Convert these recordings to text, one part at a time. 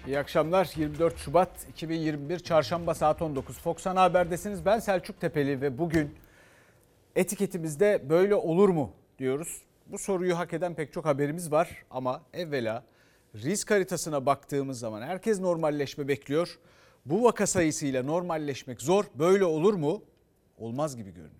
İyi akşamlar. 24 Şubat 2021 Çarşamba saat 19. Fox Ana Haber'desiniz. Ben Selçuk Tepeli ve bugün etiketimizde böyle olur mu diyoruz. Bu soruyu hak eden pek çok haberimiz var ama evvela risk haritasına baktığımız zaman herkes normalleşme bekliyor. Bu vaka sayısıyla normalleşmek zor. Böyle olur mu? Olmaz gibi görünüyor.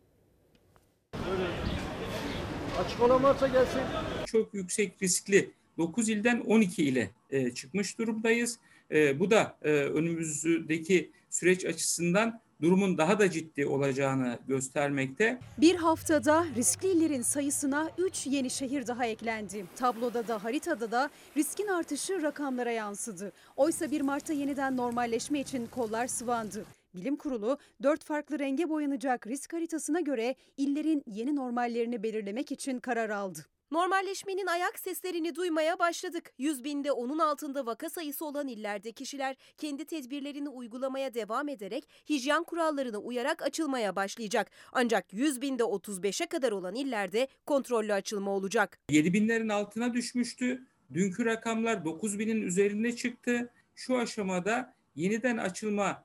Açık olan varsa gelsin. Çok yüksek riskli 9 ilden 12 ile çıkmış durumdayız. Bu da önümüzdeki süreç açısından durumun daha da ciddi olacağını göstermekte. Bir haftada riskli illerin sayısına 3 yeni şehir daha eklendi. Tabloda da haritada da riskin artışı rakamlara yansıdı. Oysa 1 Mart'ta yeniden normalleşme için kollar sıvandı. Bilim Kurulu 4 farklı renge boyanacak risk haritasına göre illerin yeni normallerini belirlemek için karar aldı. Normalleşmenin ayak seslerini duymaya başladık. 100 binde onun altında vaka sayısı olan illerde kişiler kendi tedbirlerini uygulamaya devam ederek hijyen kurallarına uyarak açılmaya başlayacak. Ancak 100 binde 35'e kadar olan illerde kontrollü açılma olacak. 7 binlerin altına düşmüştü. Dünkü rakamlar 9 binin üzerine çıktı. Şu aşamada yeniden açılma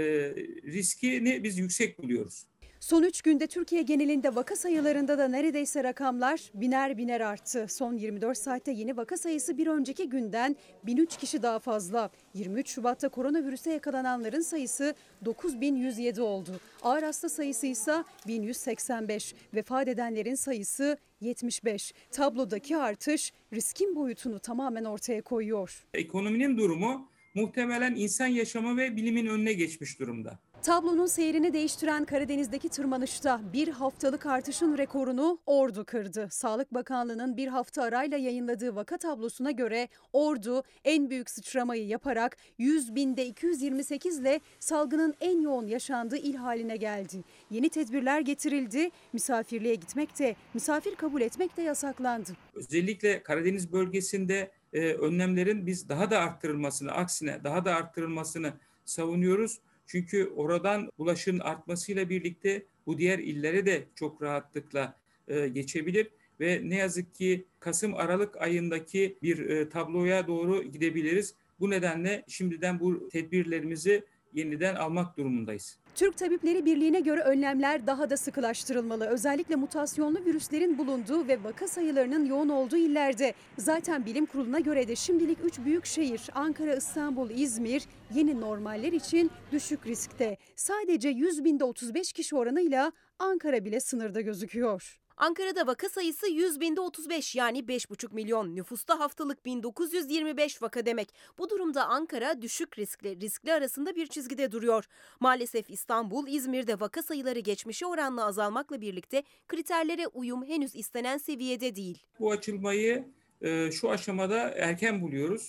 riskini biz yüksek buluyoruz. Son 3 günde Türkiye genelinde vaka sayılarında da neredeyse rakamlar biner biner arttı. Son 24 saatte yeni vaka sayısı bir önceki günden 1003 kişi daha fazla. 23 Şubat'ta koronavirüse yakalananların sayısı 9107 oldu. Ağır hasta sayısı ise 1185. Vefat edenlerin sayısı 75. Tablodaki artış riskin boyutunu tamamen ortaya koyuyor. Ekonominin durumu muhtemelen insan yaşamı ve bilimin önüne geçmiş durumda. Tablonun seyrini değiştiren Karadeniz'deki tırmanışta bir haftalık artışın rekorunu Ordu kırdı. Sağlık Bakanlığı'nın bir hafta arayla yayınladığı vaka tablosuna göre Ordu en büyük sıçramayı yaparak 100 binde 228 ile salgının en yoğun yaşandığı il haline geldi. Yeni tedbirler getirildi. Misafirliğe gitmek de, misafir kabul etmek de yasaklandı. Özellikle Karadeniz bölgesinde önlemlerin biz daha da arttırılmasını, aksine daha da arttırılmasını savunuyoruz. Çünkü oradan bulaşın artmasıyla birlikte bu diğer illere de çok rahatlıkla geçebilir ve ne yazık ki Kasım-Aralık ayındaki bir tabloya doğru gidebiliriz. Bu nedenle şimdiden bu tedbirlerimizi yeniden almak durumundayız. Türk Tabipleri Birliği'ne göre önlemler daha da sıkılaştırılmalı. Özellikle mutasyonlu virüslerin bulunduğu ve vaka sayılarının yoğun olduğu illerde. Zaten Bilim Kurulu'na göre de şimdilik 3 büyük şehir Ankara, İstanbul, İzmir yeni normaller için düşük riskte. Sadece 100 binde 35 kişi oranıyla Ankara bile sınırda gözüküyor. Ankara'da vaka sayısı 100 binde 35 yani 5,5 milyon. Nüfusta haftalık 1925 vaka demek. Bu durumda Ankara düşük riskli arasında bir çizgide duruyor. Maalesef İstanbul, İzmir'de vaka sayıları geçmişe oranla azalmakla birlikte kriterlere uyum henüz istenen seviyede değil. Bu açılmayı şu aşamada erken buluyoruz.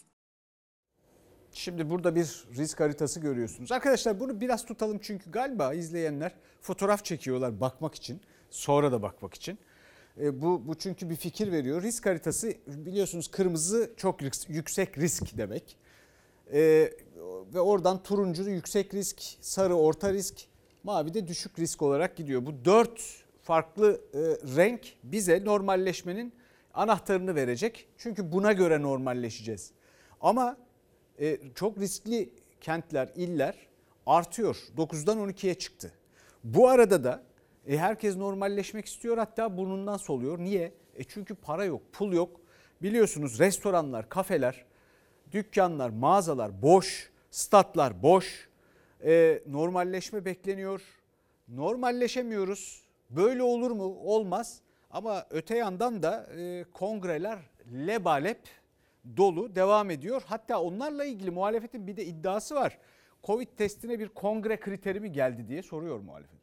Şimdi burada bir risk haritası görüyorsunuz. Arkadaşlar bunu biraz tutalım çünkü galiba izleyenler fotoğraf çekiyorlar bakmak için. Sonra da bakmak için. Bu çünkü bir fikir veriyor. Risk haritası biliyorsunuz kırmızı çok yüksek risk demek. Ve oradan turuncu yüksek risk, sarı orta risk, mavi de düşük risk olarak gidiyor. Bu 4 farklı renk bize normalleşmenin anahtarını verecek. Çünkü buna göre normalleşeceğiz. Ama çok riskli kentler, iller artıyor. 9'dan 12'ye çıktı. Bu arada da herkes normalleşmek istiyor, hatta burnundan soluyor. Niye? Çünkü para yok, pul yok. Biliyorsunuz restoranlar, kafeler, dükkanlar, mağazalar boş, statlar boş. Normalleşme bekleniyor. Normalleşemiyoruz. Böyle olur mu? Olmaz. Ama öte yandan da kongreler lebalep dolu devam ediyor. Hatta onlarla ilgili muhalefetin bir de iddiası var. Covid testine bir kongre kriteri mi geldi diye soruyor muhalefet.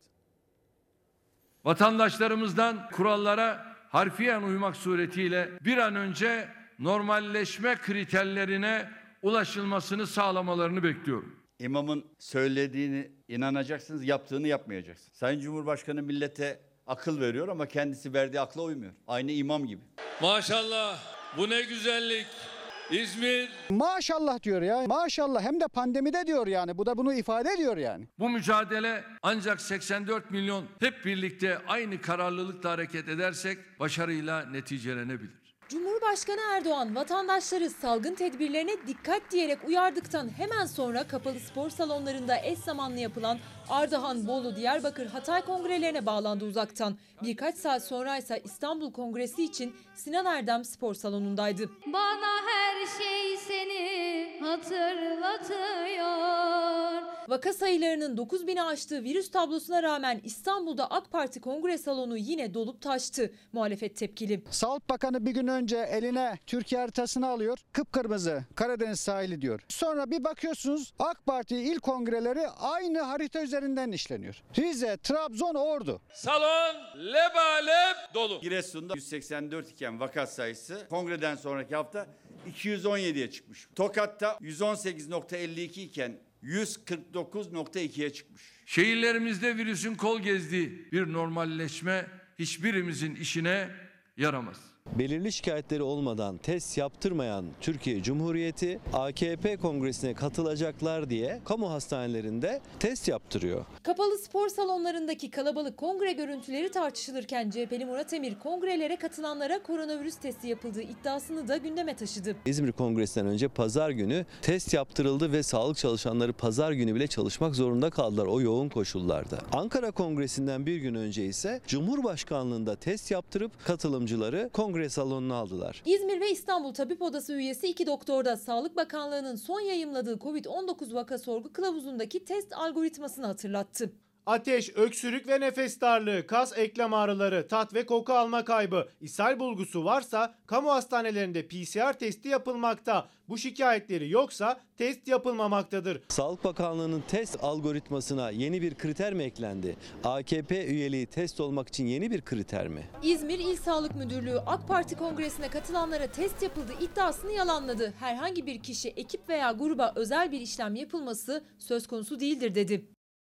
Vatandaşlarımızdan kurallara harfiyen uymak suretiyle bir an önce normalleşme kriterlerine ulaşılmasını sağlamalarını bekliyorum. İmamın söylediğini inanacaksınız, yaptığını yapmayacaksınız. Sayın Cumhurbaşkanı millete akıl veriyor ama kendisi verdiği akla uymuyor. Aynı imam gibi. Maşallah, bu ne güzellik. İzmir. Maşallah diyor ya. Maşallah, hem de pandemide diyor yani. Bu da bunu ifade ediyor yani. Bu mücadele ancak 84 milyon hep birlikte aynı kararlılıkla hareket edersek başarıyla neticelenebilir. Cumhurbaşkanı Erdoğan vatandaşları salgın tedbirlerine dikkat diyerek uyardıktan hemen sonra kapalı spor salonlarında eş zamanlı yapılan Ardahan, Bolu, Diyarbakır, Hatay kongrelerine bağlandı uzaktan. Birkaç saat sonra ise İstanbul Kongresi için Sinan Erdem spor salonundaydı. Bana her şey seni hatırlatıyor. Vaka sayılarının 9.000'i aştığı virüs tablosuna rağmen İstanbul'da AK Parti kongre salonu yine dolup taştı. Muhalefet tepkili. Sağlık Bakanı bir gün önce eline Türkiye haritasını alıyor. Kıpkırmızı Karadeniz sahili diyor. Sonra bir bakıyorsunuz AK Parti il kongreleri aynı harita üzerinden işleniyor. Rize, Trabzon, Ordu. Salon lebalep dolu. Giresun'da 184 iken vaka sayısı kongreden sonraki hafta 217'ye çıkmış. Tokat'ta 118.52 iken 149.2'ye çıkmış. Şehirlerimizde virüsün kol gezdiği bir normalleşme hiçbirimizin işine yaramaz. Belirli şikayetleri olmadan test yaptırmayan Türkiye Cumhuriyeti AKP kongresine katılacaklar diye kamu hastanelerinde test yaptırıyor. Kapalı spor salonlarındaki kalabalık kongre görüntüleri tartışılırken CHP'li Murat Emir kongrelere katılanlara koronavirüs testi yapıldığı iddiasını da gündeme taşıdı. İzmir Kongresi'nden önce pazar günü test yaptırıldı ve sağlık çalışanları pazar günü bile çalışmak zorunda kaldılar o yoğun koşullarda. Ankara Kongresi'nden bir gün önce ise Cumhurbaşkanlığında test yaptırıp katılımcıları kongre salonuna aldılar. İzmir ve İstanbul Tabip Odası üyesi 2 doktor da Sağlık Bakanlığı'nın son yayımladığı Covid-19 vaka sorgu kılavuzundaki test algoritmasını hatırlattı. Ateş, öksürük ve nefes darlığı, kas eklem ağrıları, tat ve koku alma kaybı, ishal bulgusu varsa kamu hastanelerinde PCR testi yapılmakta. Bu şikayetleri yoksa test yapılmamaktadır. Sağlık Bakanlığı'nın test algoritmasına yeni bir kriter mi eklendi? AKP üyeliği test olmak için yeni bir kriter mi? İzmir İl Sağlık Müdürlüğü AK Parti kongresine katılanlara test yapıldığı iddiasını yalanladı. Herhangi bir kişi, ekip veya gruba özel bir işlem yapılması söz konusu değildir dedi.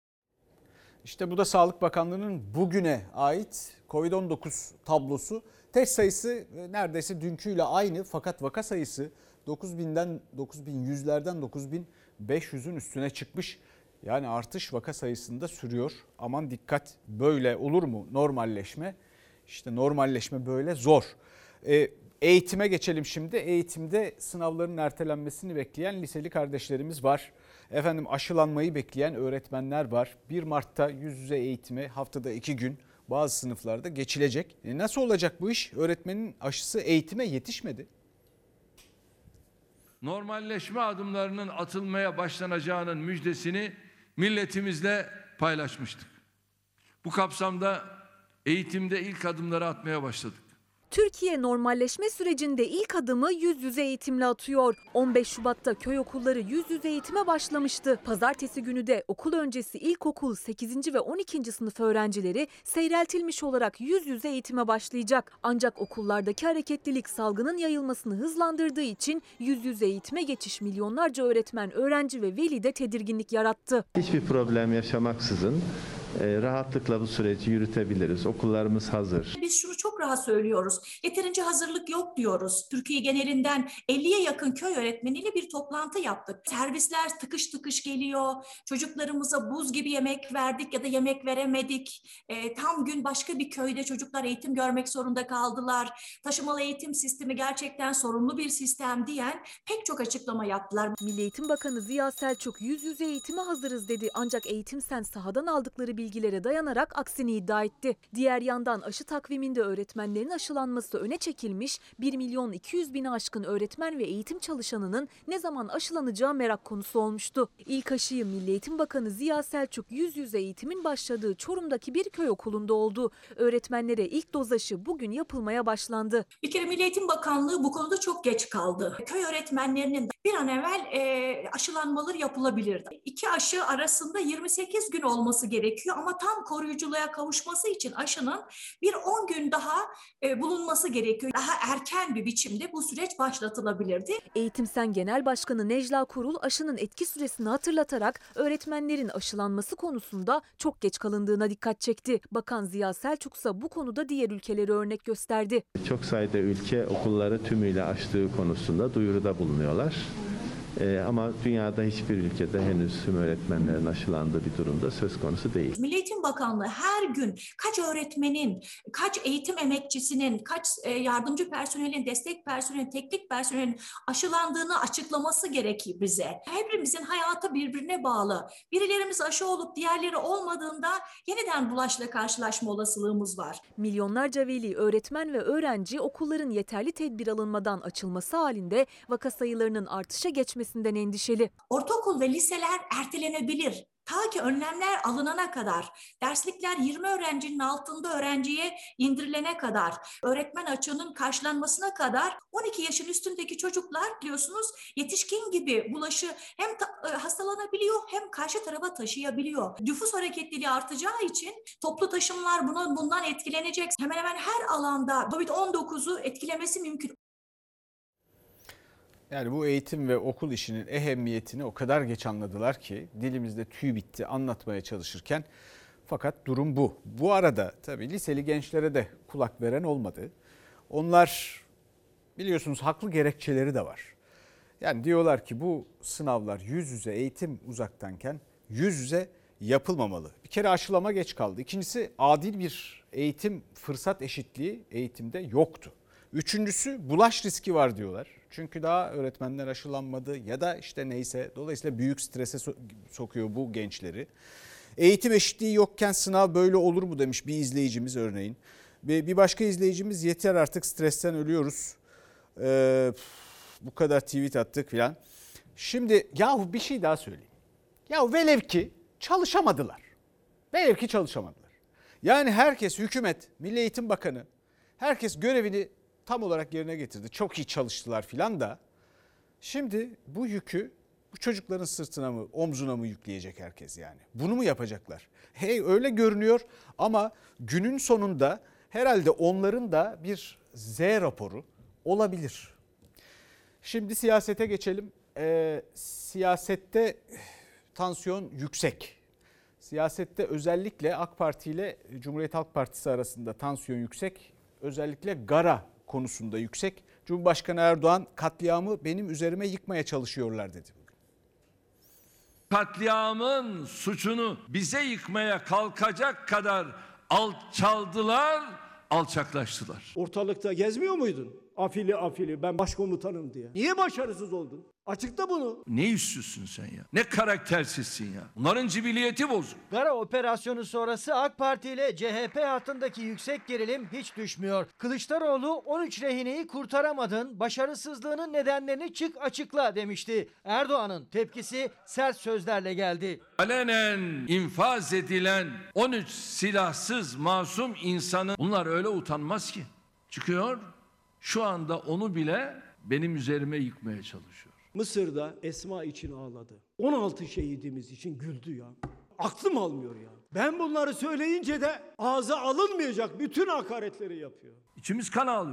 İşte bu da Sağlık Bakanlığı'nın bugüne ait Covid-19 tablosu. Test sayısı neredeyse dünküyle aynı fakat vaka sayısı 9.000'den 9.100'lerden 9.500'ün üstüne çıkmış. Yani artış vaka sayısında sürüyor. Aman dikkat, böyle olur mu normalleşme? İşte normalleşme böyle zor. Eğitime geçelim şimdi. Eğitimde sınavların ertelenmesini bekleyen liseli kardeşlerimiz var. Efendim aşılanmayı bekleyen öğretmenler var. 1 Mart'ta yüz yüze eğitime haftada 2 gün bazı sınıflarda geçilecek. Nasıl olacak bu iş? Öğretmenin aşısı eğitime yetişmedi. Normalleşme adımlarının atılmaya başlanacağının müjdesini milletimizle paylaşmıştık. Bu kapsamda eğitimde ilk adımları atmaya başladık. Türkiye normalleşme sürecinde ilk adımı yüz yüze eğitimle atıyor. 15 Şubat'ta köy okulları yüz yüze eğitime başlamıştı. Pazartesi günü de okul öncesi ilkokul 8. ve 12. sınıf öğrencileri seyreltilmiş olarak yüz yüze eğitime başlayacak. Ancak okullardaki hareketlilik salgının yayılmasını hızlandırdığı için yüz yüze eğitime geçiş milyonlarca öğretmen, öğrenci ve velide tedirginlik yarattı. Hiçbir problem yaşamaksızın rahatlıkla bu süreci yürütebiliriz. Okullarımız hazır. Biz şunu çok rahat söylüyoruz. Yeterince hazırlık yok diyoruz. Türkiye genelinden 50'ye yakın köy öğretmeniyle bir toplantı yaptık. Servisler tıkış tıkış geliyor. Çocuklarımıza buz gibi yemek verdik ya da yemek veremedik. Tam gün başka bir köyde çocuklar eğitim görmek zorunda kaldılar. Taşımalı eğitim sistemi gerçekten sorunlu bir sistem diyen pek çok açıklama yaptılar. Milli Eğitim Bakanı Ziya Selçuk yüz yüze eğitime hazırız dedi. Ancak Eğitim Sen sahadan aldıkları bilgilere dayanarak aksini iddia etti. Diğer yandan aşı takviminde öğretmenlerin aşılanması öne çekilmiş, 1.200.000'i aşkın öğretmen ve eğitim çalışanının ne zaman aşılanacağı merak konusu olmuştu. İlk aşıyı Milli Eğitim Bakanı Ziya Selçuk yüz yüze eğitimin başladığı Çorum'daki bir köy okulunda oldu. Öğretmenlere ilk doz aşı bugün yapılmaya başlandı. Bir kere Milli Eğitim Bakanlığı bu konuda çok geç kaldı. Köy öğretmenlerinin bir an evvel aşılanmaları yapılabilirdi. 2 aşı arasında 28 gün olması gerekiyor ama tam koruyuculuğa kavuşması için aşının bir 10 gün daha bulunması gerekiyor. Daha erken bir biçimde bu süreç başlatılabilirdi. Eğitim Sen Genel Başkanı Necla Kurul aşının etki süresini hatırlatarak öğretmenlerin aşılanması konusunda çok geç kalındığına dikkat çekti. Bakan Ziya Selçuk ise bu konuda diğer ülkeleri örnek gösterdi. Çok sayıda ülke okulları tümüyle açtığı konusunda duyuruda bulunuyorlar. Ama dünyada hiçbir ülkede henüz tüm öğretmenlerin aşılandığı bir durumda söz konusu değil. Milli Eğitim Bakanlığı her gün kaç öğretmenin, kaç eğitim emekçisinin, kaç yardımcı personelin, destek personelin, teknik personelin aşılandığını açıklaması gerekir bize. Hepimizin hayatı birbirine bağlı. Birilerimiz aşı olup diğerleri olmadığında yeniden bulaşla karşılaşma olasılığımız var. Milyonlarca veli, öğretmen ve öğrenci okulların yeterli tedbir alınmadan açılması halinde vaka sayılarının artışa geçmesinden endişeli. Ortaokul ve liseler ertelenebilir. Ta ki önlemler alınana kadar, derslikler 20 öğrencinin altında öğrenciye indirilene kadar, öğretmen açığının karşılanmasına kadar 12 yaşın üstündeki çocuklar biliyorsunuz yetişkin gibi bulaşı hem hastalanabiliyor hem karşı tarafa taşıyabiliyor. Nüfus hareketliliği artacağı için toplu taşımlar bundan etkilenecek. Hemen hemen her alanda COVID-19'u etkilemesi mümkün. Yani bu eğitim ve okul işinin ehemmiyetini o kadar geç anladılar ki dilimizde tüy bitti anlatmaya çalışırken. Fakat durum bu. Bu arada tabii liseli gençlere de kulak veren olmadı. Onlar biliyorsunuz haklı gerekçeleri de var. Yani diyorlar ki bu sınavlar yüz yüze, eğitim uzaktanken yüz yüze yapılmamalı. Bir kere aşılama geç kaldı. İkincisi adil bir eğitim fırsat eşitliği eğitimde yoktu. Üçüncüsü bulaş riski var diyorlar. Çünkü daha öğretmenler aşılanmadı ya da işte neyse, dolayısıyla büyük strese sokuyor bu gençleri. Eğitim eşitliği yokken sınav böyle olur mu demiş bir izleyicimiz örneğin. Bir başka izleyicimiz yeter artık stresten ölüyoruz. Bu kadar tweet attık filan. Şimdi yahu bir şey daha söyleyeyim. Ya velev ki çalışamadılar. Velev ki çalışamadılar. Yani herkes, hükümet, Milli Eğitim Bakanı, herkes görevini tam olarak yerine getirdi. Çok iyi çalıştılar filan da. Şimdi bu yükü bu çocukların sırtına mı, omzuna mı yükleyecek herkes yani? Bunu mu yapacaklar? Hey öyle görünüyor ama günün sonunda herhalde onların da bir Z raporu olabilir. Şimdi siyasete geçelim. Siyasette tansiyon yüksek. Siyasette özellikle AK Parti ile Cumhuriyet Halk Partisi arasında tansiyon yüksek. Özellikle Gara konusunda yüksek. Cumhurbaşkanı Erdoğan katliamı benim üzerime yıkmaya çalışıyorlar dedi. Katliamın suçunu bize yıkmaya kalkacak kadar alçaldılar, alçaklaştılar. Ortalıkta gezmiyor muydun? Afili ben başkomutanım diye. Niye başarısız oldun? Açıkla bunu. Ne yüzsüzsün sen ya? Ne karaktersizsin ya? Bunların cibiliyeti bozuk. Gara operasyonu sonrası AK Parti ile CHP hattındaki yüksek gerilim hiç düşmüyor. Kılıçdaroğlu 13 rehineyi kurtaramadın, başarısızlığının nedenlerini çık açıkla demişti. Erdoğan'ın tepkisi sert sözlerle geldi. Alenen infaz edilen 13 silahsız masum insanı bunlar öyle utanmaz ki. Çıkıyor şu anda onu bile benim üzerime yıkmaya çalışıyor. Mısır'da Esma için ağladı. 16 şehidimiz için güldü ya. Aklım almıyor ya. Ben bunları söyleyince de ağza alınmayacak bütün hakaretleri yapıyor. İçimiz kan ağlıyor.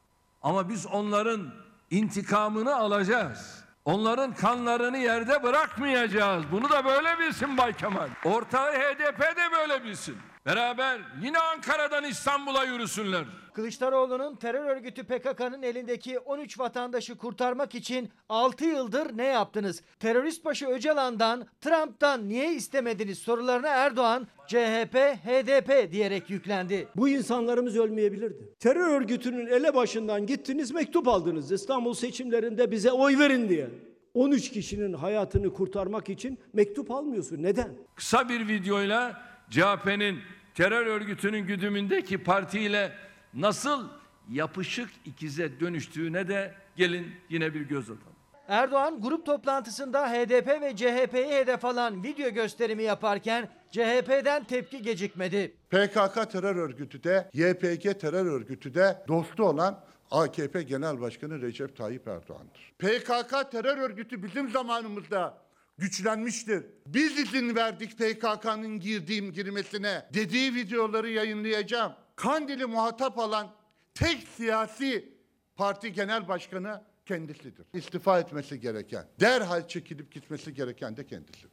Ama biz onların intikamını alacağız. Onların kanlarını yerde bırakmayacağız. Bunu da böyle bilsin Bay Kemal. Ortağı HDP de böyle bilsin. Beraber yine Ankara'dan İstanbul'a yürüsünler. Kılıçdaroğlu'nun terör örgütü PKK'nın elindeki 13 vatandaşı kurtarmak için 6 yıldır ne yaptınız? Terörist başı Öcalan'dan, Trump'tan niye istemediniz sorularına Erdoğan, CHP, HDP diyerek yüklendi. Bu insanlarımız ölmeyebilirdi. Terör örgütünün elebaşından gittiniz, mektup aldınız İstanbul seçimlerinde bize oy verin diye. 13 kişinin hayatını kurtarmak için mektup almıyorsun. Neden? Kısa bir videoyla CHP'nin terör örgütünün güdümündeki partiyle nasıl yapışık ikize dönüştüğüne de gelin yine bir göz atalım. Erdoğan grup toplantısında HDP ve CHP'yi hedef alan video gösterimi yaparken CHP'den tepki gecikmedi. PKK terör örgütü de YPG terör örgütü de dostu olan AKP Genel Başkanı Recep Tayyip Erdoğan'dır. PKK terör örgütü bizim zamanımızda güçlenmiştir. Biz izin verdik PKK'nın girmesine dediği videoları yayınlayacağım. Kandil'i muhatap alan tek siyasi parti genel başkanı kendisidir. İstifa etmesi gereken, derhal çekilip gitmesi gereken de kendisidir.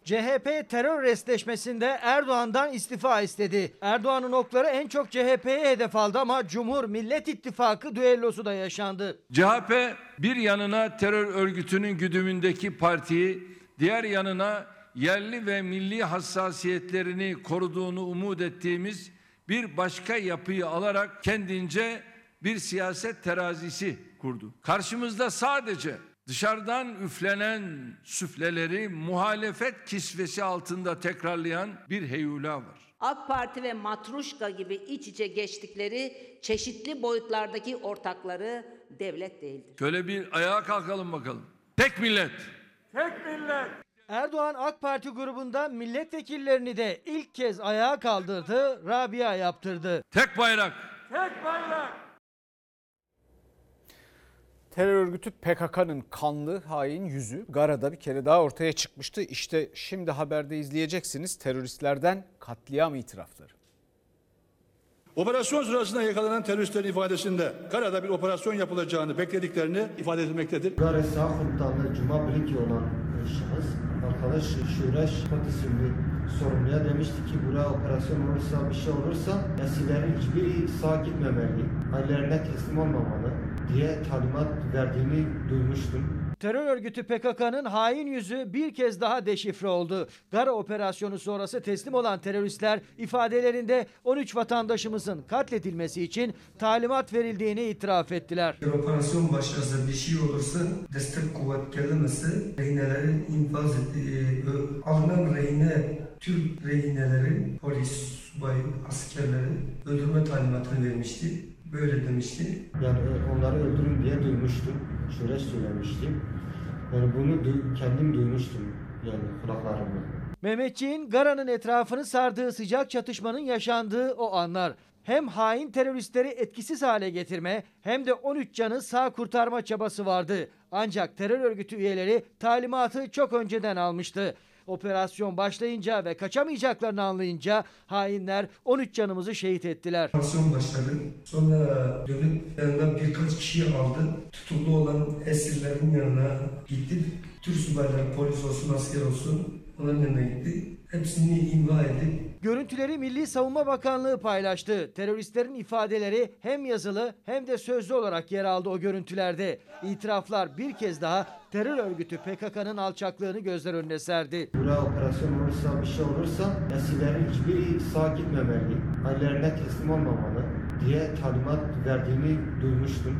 CHP terör restleşmesinde Erdoğan'dan istifa istedi. Erdoğan'ın okları en çok CHP'ye hedef aldı ama Cumhur Millet İttifakı düellosu da yaşandı. CHP bir yanına terör örgütünün güdümündeki partiyi, diğer yanına yerli ve milli hassasiyetlerini koruduğunu umut ettiğimiz bir başka yapıyı alarak kendince bir siyaset terazisi kurdu. Karşımızda sadece dışarıdan üflenen süfleleri muhalefet kisvesi altında tekrarlayan bir heyula var. AK Parti ve Matruşka gibi iç içe geçtikleri çeşitli boyutlardaki ortakları devlet değildir. Şöyle bir ayağa kalkalım bakalım. Tek millet. Tek millet. Erdoğan AK Parti grubunda milletvekillerini de ilk kez ayağa kaldırdı, Rabia yaptırdı. Tek bayrak. Tek bayrak. Terör örgütü PKK'nın kanlı hain yüzü Gara'da bir kere daha ortaya çıkmıştı. İşte şimdi haberde izleyeceksiniz teröristlerden katliam itirafları. Operasyon sırasında yakalanan teröristlerin ifadesinde Gara'da bir operasyon yapılacağını beklediklerini ifade edilmektedir. Gara sağ komutanlığı Cuma Briki olan şahıs, arkadaş Şureş Patis'in sorumluya demişti ki buraya operasyon olursa, bir şey olursa nesillerin hiçbiri sağ gitmemeli, ailelerine teslim olmamalı diye talimat verdiğini duymuştum. Terör örgütü PKK'nın hain yüzü bir kez daha deşifre oldu. Gara operasyonu sonrası teslim olan teröristler ifadelerinde 13 vatandaşımızın katledilmesi için talimat verildiğini itiraf ettiler. Bir operasyon başlarsa, bir şey olursa destek kuvvet gelmesi rehinelerin infaz ettiği, alınan rehine, Türk rehineleri, polis, subay, askerleri öldürme talimatını vermişti. Böyle demişti. Yani onları öldürün diye duymuştum. Şöyle söylemişti. Yani bunu kendim duymuştum. Yani kulaklarımla. Mehmetçiğin Gara'nın etrafını sardığı sıcak çatışmanın yaşandığı o anlar. Hem hain teröristleri etkisiz hale getirme hem de 13 canı sağ kurtarma çabası vardı. Ancak terör örgütü üyeleri talimatı çok önceden almıştı. Operasyon başlayınca ve kaçamayacaklarını anlayınca hainler 13 canımızı şehit ettiler. Operasyon başladı. Sonra dönüp yanından birkaç kişi aldı. Tutuklu olan esirlerin yanına gitti. Türk subayları, polis olsun, asker olsun onların yanına gitti. Hepsini imha edip. Görüntüleri Milli Savunma Bakanlığı paylaştı. Teröristlerin ifadeleri hem yazılı hem de sözlü olarak yer aldı o görüntülerde. İtiraflar bir kez daha terör örgütü PKK'nın alçaklığını gözler önüne serdi. Buraya operasyon olursa, bir şey olursa nesillerin hiçbiri sağ gitmemeli, ailelerine teslim olmamalı diye talimat verdiğini duymuştum.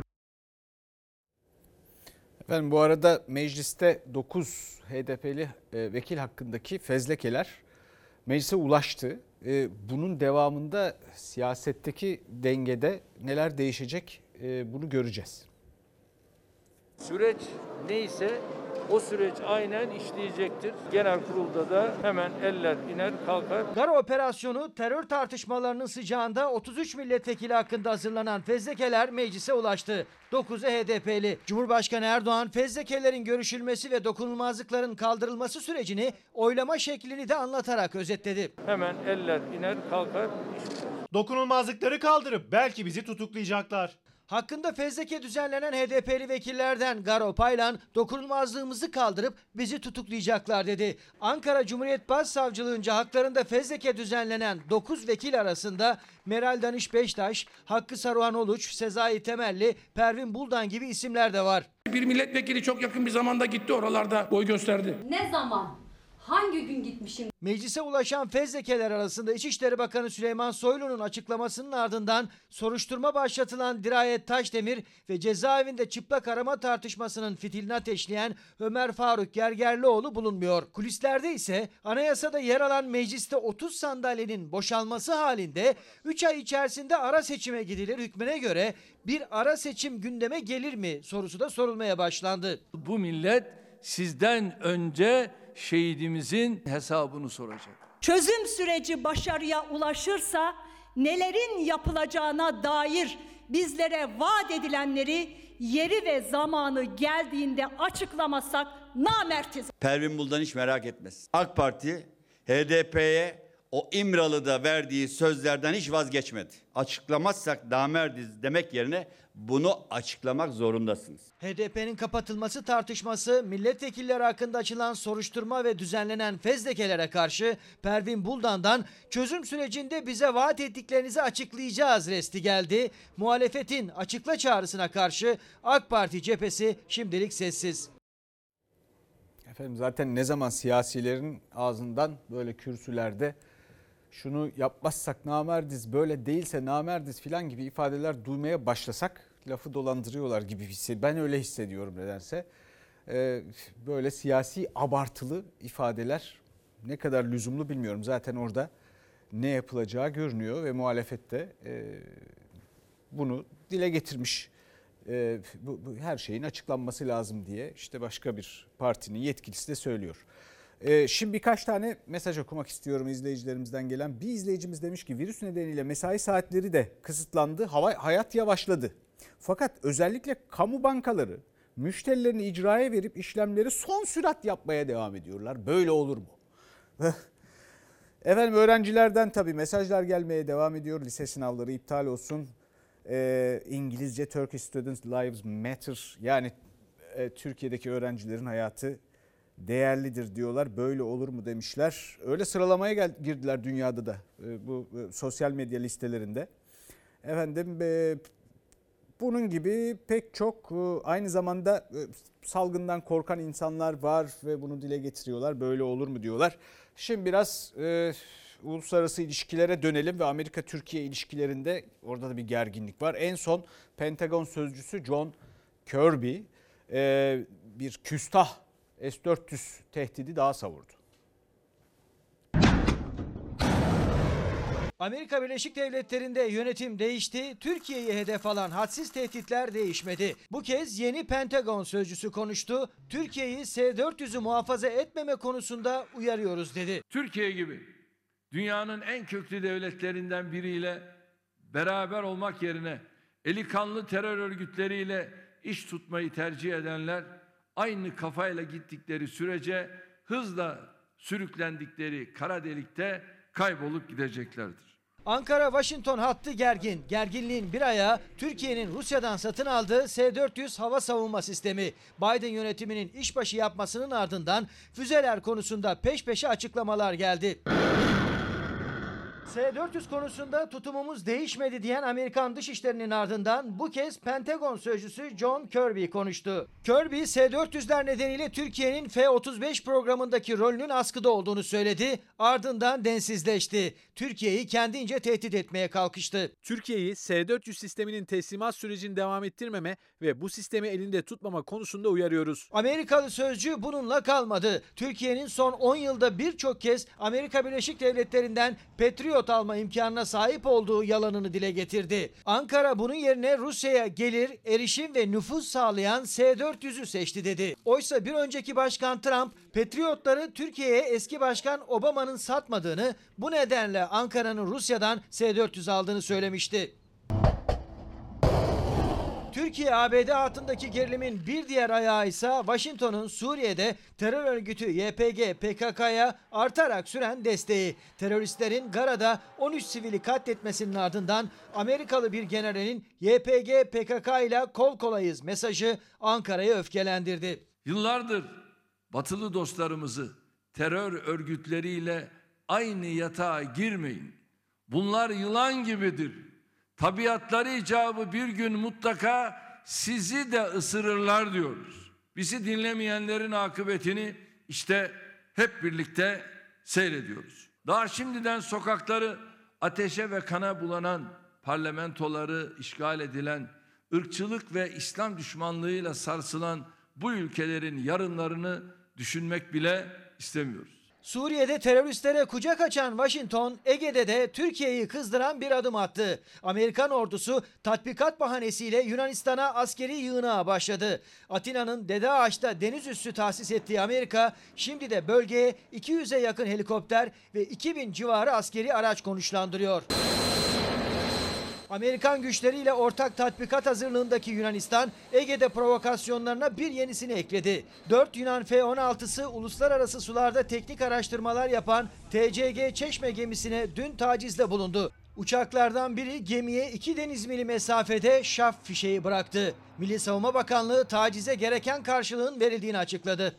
Efendim bu arada mecliste 9 HDP'li vekil hakkındaki fezlekeler meclise ulaştı. Bunun devamında siyasetteki dengede neler değişecek bunu göreceğiz. Süreç neyse o süreç aynen işleyecektir. Genel kurulda da hemen eller iner kalkar. Gara operasyonu terör tartışmalarının sıcağında 33 milletvekili hakkında hazırlanan fezlekeler meclise ulaştı. 9'u HDP'li. Cumhurbaşkanı Erdoğan fezlekelerin görüşülmesi ve dokunulmazlıkların kaldırılması sürecini oylama şeklini de anlatarak özetledi. Hemen eller iner kalkar. Dokunulmazlıkları kaldırıp belki bizi tutuklayacaklar. Hakkında fezleke düzenlenen HDP'li vekillerden Garo Paylan dokunulmazlığımızı kaldırıp bizi tutuklayacaklar dedi. Ankara Cumhuriyet Başsavcılığınca haklarında fezleke düzenlenen 9 vekil arasında Meral Danış Beştaş, Hakkı Saruhan Oluç, Sezai Temelli, Pervin Buldan gibi isimler de var. Bir milletvekili çok yakın bir zamanda gitti oralarda boy gösterdi. Ne zaman? Hangi gün gitmişim? Meclise ulaşan fezlekeler arasında İçişleri Bakanı Süleyman Soylu'nun açıklamasının ardından soruşturma başlatılan Dirayet Taşdemir ve cezaevinde çıplak arama tartışmasının fitilini ateşleyen Ömer Faruk Gergerlioğlu bulunmuyor. Kulislerde ise anayasada yer alan mecliste 30 sandalyenin boşalması halinde 3 ay içerisinde ara seçime gidilir hükmüne göre bir ara seçim gündeme gelir mi sorusu da sorulmaya başlandı. Bu millet sizden önce şehidimizin hesabını soracak. Çözüm süreci başarıya ulaşırsa nelerin yapılacağına dair bizlere vaat edilenleri yeri ve zamanı geldiğinde açıklamazsak namertiz. Pervin Buldan hiç merak etmez. AK Parti HDP'ye o İmralı'da verdiği sözlerden hiç vazgeçmedi. Açıklamazsak namerdiz demek yerine bunu açıklamak zorundasınız. HDP'nin kapatılması tartışması, milletvekilleri hakkında açılan soruşturma ve düzenlenen fezlekelere karşı Pervin Buldan'dan çözüm sürecinde bize vaat ettiklerinizi açıklayacağız resti geldi. Muhalefetin açıkla çağrısına karşı AK Parti cephesi şimdilik sessiz. Efendim zaten ne zaman siyasilerin ağzından böyle kürsülerde şunu yapmazsak namerdiz, böyle değilse namerdiz filan gibi ifadeler duymaya başlasak lafı dolandırıyorlar gibi ben öyle hissediyorum nedense. Böyle siyasi abartılı ifadeler ne kadar lüzumlu bilmiyorum. Zaten orada ne yapılacağı görünüyor ve muhalefette bunu dile getirmiş. Bu her şeyin açıklanması lazım diye işte başka bir partinin yetkilisi de söylüyor. Şimdi birkaç tane mesaj okumak istiyorum izleyicilerimizden gelen. Bir izleyicimiz demiş ki virüs nedeniyle mesai saatleri de kısıtlandı, hayat yavaşladı. Fakat özellikle kamu bankaları müşterilerini icraya verip işlemleri son sürat yapmaya devam ediyorlar. Böyle olur mu? Efendim öğrencilerden tabii mesajlar gelmeye devam ediyor. Lise sınavları iptal olsun. İngilizce Turkish Students Lives Matter, yani Türkiye'deki öğrencilerin hayatı değerlidir diyorlar. Böyle olur mu demişler. Öyle sıralamaya girdiler dünyada da bu sosyal medya listelerinde. Efendim bunun gibi pek çok aynı zamanda salgından korkan insanlar var ve bunu dile getiriyorlar. Böyle olur mu diyorlar. Şimdi biraz uluslararası ilişkilere dönelim ve Amerika-Türkiye ilişkilerinde orada da bir gerginlik var. En son Pentagon sözcüsü John Kirby bir küstah S-400 tehdidi daha savurdu. Amerika Birleşik Devletleri'nde yönetim değişti, Türkiye'yi hedef alan hadsiz tehditler değişmedi. Bu kez yeni Pentagon sözcüsü konuştu, Türkiye'yi S-400'ü muhafaza etmeme konusunda uyarıyoruz dedi. Türkiye gibi dünyanın en köklü devletlerinden biriyle beraber olmak yerine eli kanlı terör örgütleriyle iş tutmayı tercih edenler aynı kafayla gittikleri sürece hızla sürüklendikleri kara delikte kaybolup gideceklerdir. Ankara-Washington hattı gergin. Gerginliğin bir ayağı Türkiye'nin Rusya'dan satın aldığı S-400 hava savunma sistemi. Biden yönetiminin işbaşı yapmasının ardından füzeler konusunda peş peşe açıklamalar geldi. S-400 konusunda tutumumuz değişmedi diyen Amerikan Dışişleri'nin ardından bu kez Pentagon sözcüsü John Kirby konuştu. Kirby, S-400'ler nedeniyle Türkiye'nin F-35 programındaki rolünün askıda olduğunu söyledi. Ardından densizleşti. Türkiye'yi kendince tehdit etmeye kalkıştı. Türkiye'yi S-400 sisteminin teslimat sürecini devam ettirmeme ve bu sistemi elinde tutmama konusunda uyarıyoruz. Amerikalı sözcü bununla kalmadı. Türkiye'nin son 10 yılda birçok kez Amerika Birleşik Devletleri'nden Patriot alma imkanına sahip olduğu yalanını dile getirdi. Ankara bunun yerine Rusya'ya gelir, erişim ve nüfuz sağlayan S-400'ü seçti dedi. Oysa bir önceki başkan Trump, Patriotları Türkiye'ye eski başkan Obama'nın satmadığını, bu nedenle Ankara'nın Rusya'dan S-400 aldığını söylemişti. Türkiye-ABD hattındaki gerilimin bir diğer ayağı ise Washington'un Suriye'de terör örgütü YPG PKK'ya artarak süren desteği. Teröristlerin Gara'da 13 sivili katletmesinin ardından Amerikalı bir generalin YPG PKK ile kol kolayız mesajı Ankara'yı öfkelendirdi. Yıllardır batılı dostlarımızı terör örgütleriyle aynı yatağa girmeyin. Bunlar yılan gibidir. Tabiatları icabı bir gün mutlaka sizi de ısırırlar diyoruz. Bizi dinlemeyenlerin akıbetini işte hep birlikte seyrediyoruz. Daha şimdiden sokakları ateşe ve kana bulanan, parlamentoları işgal edilen, ırkçılık ve İslam düşmanlığıyla sarsılan bu ülkelerin yarınlarını düşünmek bile istemiyoruz. Suriye'de teröristlere kucak açan Washington, Ege'de de Türkiye'yi kızdıran bir adım attı. Amerikan ordusu tatbikat bahanesiyle Yunanistan'a askeri yığınağa başladı. Atina'nın Dede Ağaç'ta deniz üssü tahsis ettiği Amerika, şimdi de bölgeye 200'e yakın helikopter ve 2000 civarı askeri araç konuşlandırıyor. Amerikan güçleriyle ortak tatbikat hazırlığındaki Yunanistan, Ege'de provokasyonlarına bir yenisini ekledi. 4 Yunan F-16'sı uluslararası sularda teknik araştırmalar yapan TCG Çeşme gemisine dün tacizde bulundu. Uçaklardan biri gemiye 2 deniz mili mesafede şaf fişeği bıraktı. Milli Savunma Bakanlığı tacize gereken karşılığın verildiğini açıkladı.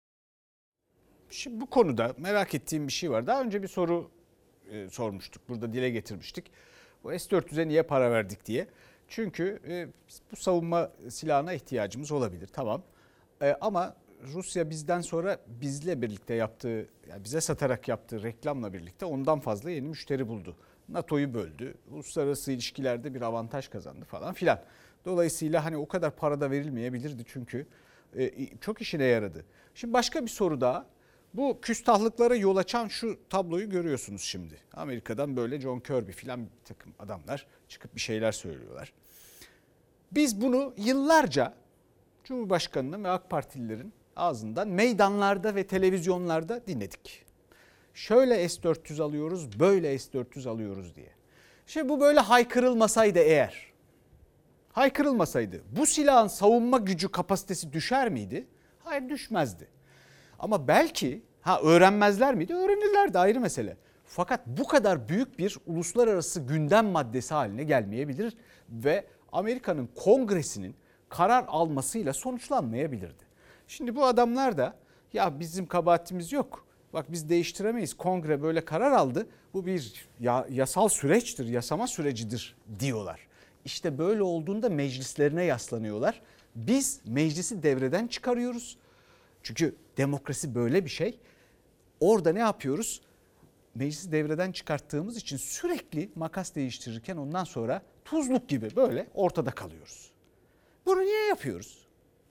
Şimdi bu konuda merak ettiğim bir şey var. Daha önce bir soru sormuştuk. Burada dile getirmiştik. Bu S-400'e niye para verdik diye. Çünkü bu savunma silahına ihtiyacımız olabilir. Tamam. Ama Rusya bizden sonra bizle birlikte yaptığı, yani bize satarak yaptığı reklamla birlikte ondan fazla yeni müşteri buldu. NATO'yu böldü. Uluslararası ilişkilerde bir avantaj kazandı falan filan. Dolayısıyla hani o kadar para da verilmeyebilirdi çünkü çok işine yaradı. Şimdi başka bir soru daha. Bu küstahlıklara yol açan şu tabloyu görüyorsunuz şimdi. Amerika'dan böyle John Kirby filan bir takım adamlar çıkıp bir şeyler söylüyorlar. Biz bunu yıllarca Cumhurbaşkanı'nın ve AK Partililerin ağzından meydanlarda ve televizyonlarda dinledik. Şöyle S-400 alıyoruz, böyle S-400 alıyoruz diye. Şimdi bu böyle haykırılmasaydı eğer, haykırılmasaydı bu silahın savunma gücü kapasitesi düşer miydi? Hayır, düşmezdi. Ama belki öğrenmezler miydi? Öğrenirlerdi, ayrı mesele. Fakat bu kadar büyük bir uluslararası gündem maddesi haline gelmeyebilir ve Amerika'nın Kongresi'nin karar almasıyla sonuçlanmayabilirdi. Şimdi bu adamlar da ya bizim kabahatimiz yok. Bak biz değiştiremeyiz. Kongre böyle karar aldı. Bu bir yasal süreçtir, yasama sürecidir diyorlar. İşte böyle olduğunda meclislerine yaslanıyorlar. Biz meclisi devreden çıkarıyoruz. Çünkü demokrasi böyle bir şey. Orada ne yapıyoruz? Meclisi devreden çıkarttığımız için sürekli makas değiştirirken ondan sonra tuzluk gibi böyle ortada kalıyoruz. Bunu niye yapıyoruz?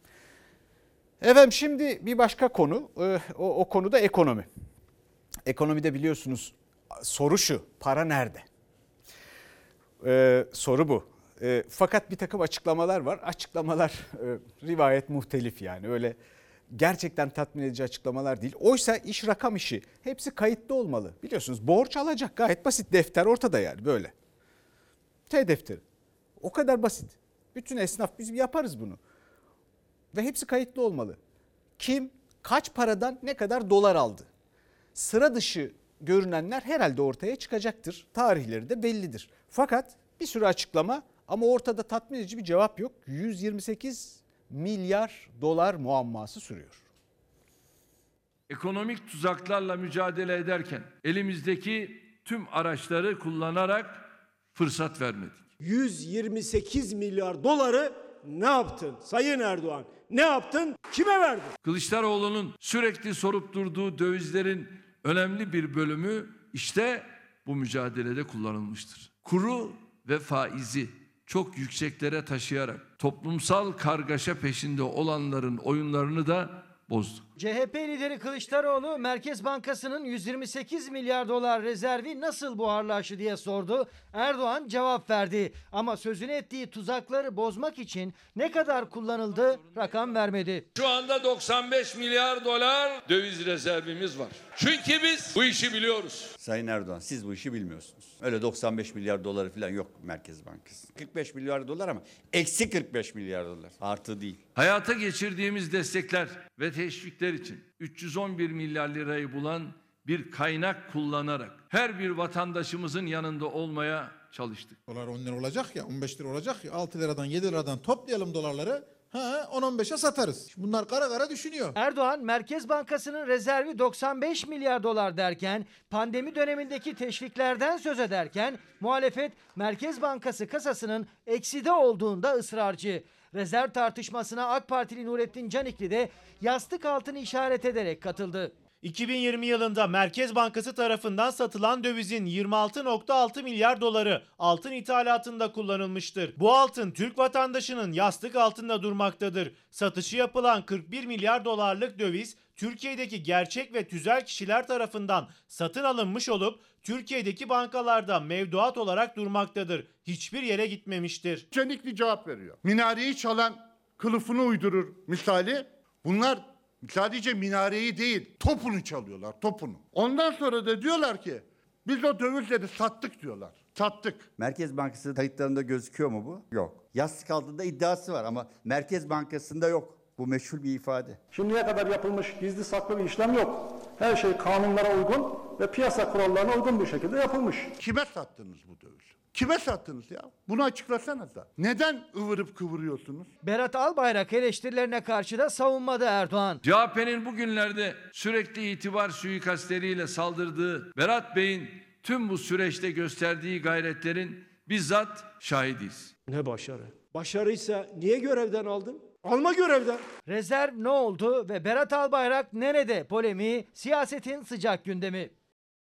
Efendim şimdi bir başka konu, o konu da ekonomi. Ekonomide biliyorsunuz soru şu, para nerede? Soru bu. Fakat bir takım açıklamalar var. Açıklamalar rivayet muhtelif, yani öyle gerçekten tatmin edici açıklamalar değil. Oysa iş rakam işi, hepsi kayıtlı olmalı. Biliyorsunuz borç alacak, gayet basit, defter ortada yani böyle. T defteri. O kadar basit. Bütün esnaf biz yaparız bunu. Ve hepsi kayıtlı olmalı. Kim kaç paradan ne kadar dolar aldı? Sıra dışı görünenler herhalde ortaya çıkacaktır. Tarihleri de bellidir. Fakat bir sürü açıklama ama ortada tatmin edici bir cevap yok. 128 milyar dolar muamması sürüyor. Ekonomik tuzaklarla mücadele ederken elimizdeki tüm araçları kullanarak fırsat vermedik. 128 milyar doları ne yaptın Sayın Erdoğan? Ne yaptın? Kime verdin? Kılıçdaroğlu'nun sürekli sorup durduğu dövizlerin önemli bir bölümü işte bu mücadelede kullanılmıştır. Kuru ve faizi çok yükseklere taşıyarak toplumsal kargaşa peşinde olanların oyunlarını da bozdu. CHP lideri Kılıçdaroğlu Merkez Bankası'nın 128 milyar dolar rezervi nasıl buharlaştı diye sordu. Erdoğan cevap verdi ama sözünü ettiği tuzakları bozmak için ne kadar kullanıldı rakam vermedi. Şu anda 95 milyar dolar döviz rezervimiz var. Çünkü biz bu işi biliyoruz. Sayın Erdoğan, siz bu işi bilmiyorsunuz. Öyle 95 milyar doları falan yok Merkez Bankası. 45 milyar dolar ama eksi 45 milyar dolar. Artı değil. Hayata geçirdiğimiz destekler ve teşvikler için 311 milyar lirayı bulan bir kaynak kullanarak her bir vatandaşımızın yanında olmaya çalıştık. Dolar 10 lira olacak ya, 15 lira olacak ya, 6 liradan 7 liradan toplayalım dolarları. 10-15'e satarız. Bunlar kara kara düşünüyor. Erdoğan Merkez Bankası'nın rezervi 95 milyar dolar derken, pandemi dönemindeki teşviklerden söz ederken muhalefet Merkez Bankası kasasının ekside olduğunda ısrarcı. Rezerv tartışmasına AK Partili Nurettin Canikli de yastık altını işaret ederek katıldı. 2020 yılında Merkez Bankası tarafından satılan dövizin 26,6 milyar doları altın ithalatında kullanılmıştır. Bu altın Türk vatandaşının yastık altında durmaktadır. Satışı yapılan 41 milyar dolarlık döviz Türkiye'deki gerçek ve tüzel kişiler tarafından satın alınmış olup Türkiye'deki bankalarda mevduat olarak durmaktadır. Hiçbir yere gitmemiştir. Canikli cevap veriyor. Minareyi çalan kılıfını uydurur misali. Bunlar sadece minareyi değil, topunu çalıyorlar, topunu. Ondan sonra da diyorlar ki Biz o dövizleri sattık diyorlar. Sattık. Merkez Bankası kayıtlarında gözüküyor mu bu? Yok. Yastık altında iddiası var ama Merkez Bankası'nda yok. Bu meşhur bir ifade. Şimdiye kadar yapılmış gizli saklı bir işlem yok. Her şey kanunlara uygun ve piyasa kurallarına uygun bir şekilde yapılmış. Kime sattınız bu dövizi? Kime sattınız ya? Bunu açıklasanıza. Neden ıvırıp kıvırıyorsunuz? Berat Albayrak eleştirilerine karşı da savunmada Erdoğan. CHP'nin bugünlerde sürekli itibar suikastleriyle saldırdığı Berat Bey'in tüm bu süreçte gösterdiği gayretlerin bizzat şahidiyiz. Ne başarı? Başarıysa niye görevden aldın? Alma görevden. Rezerv ne oldu ve Berat Albayrak nerede polemiği siyasetin sıcak gündemi.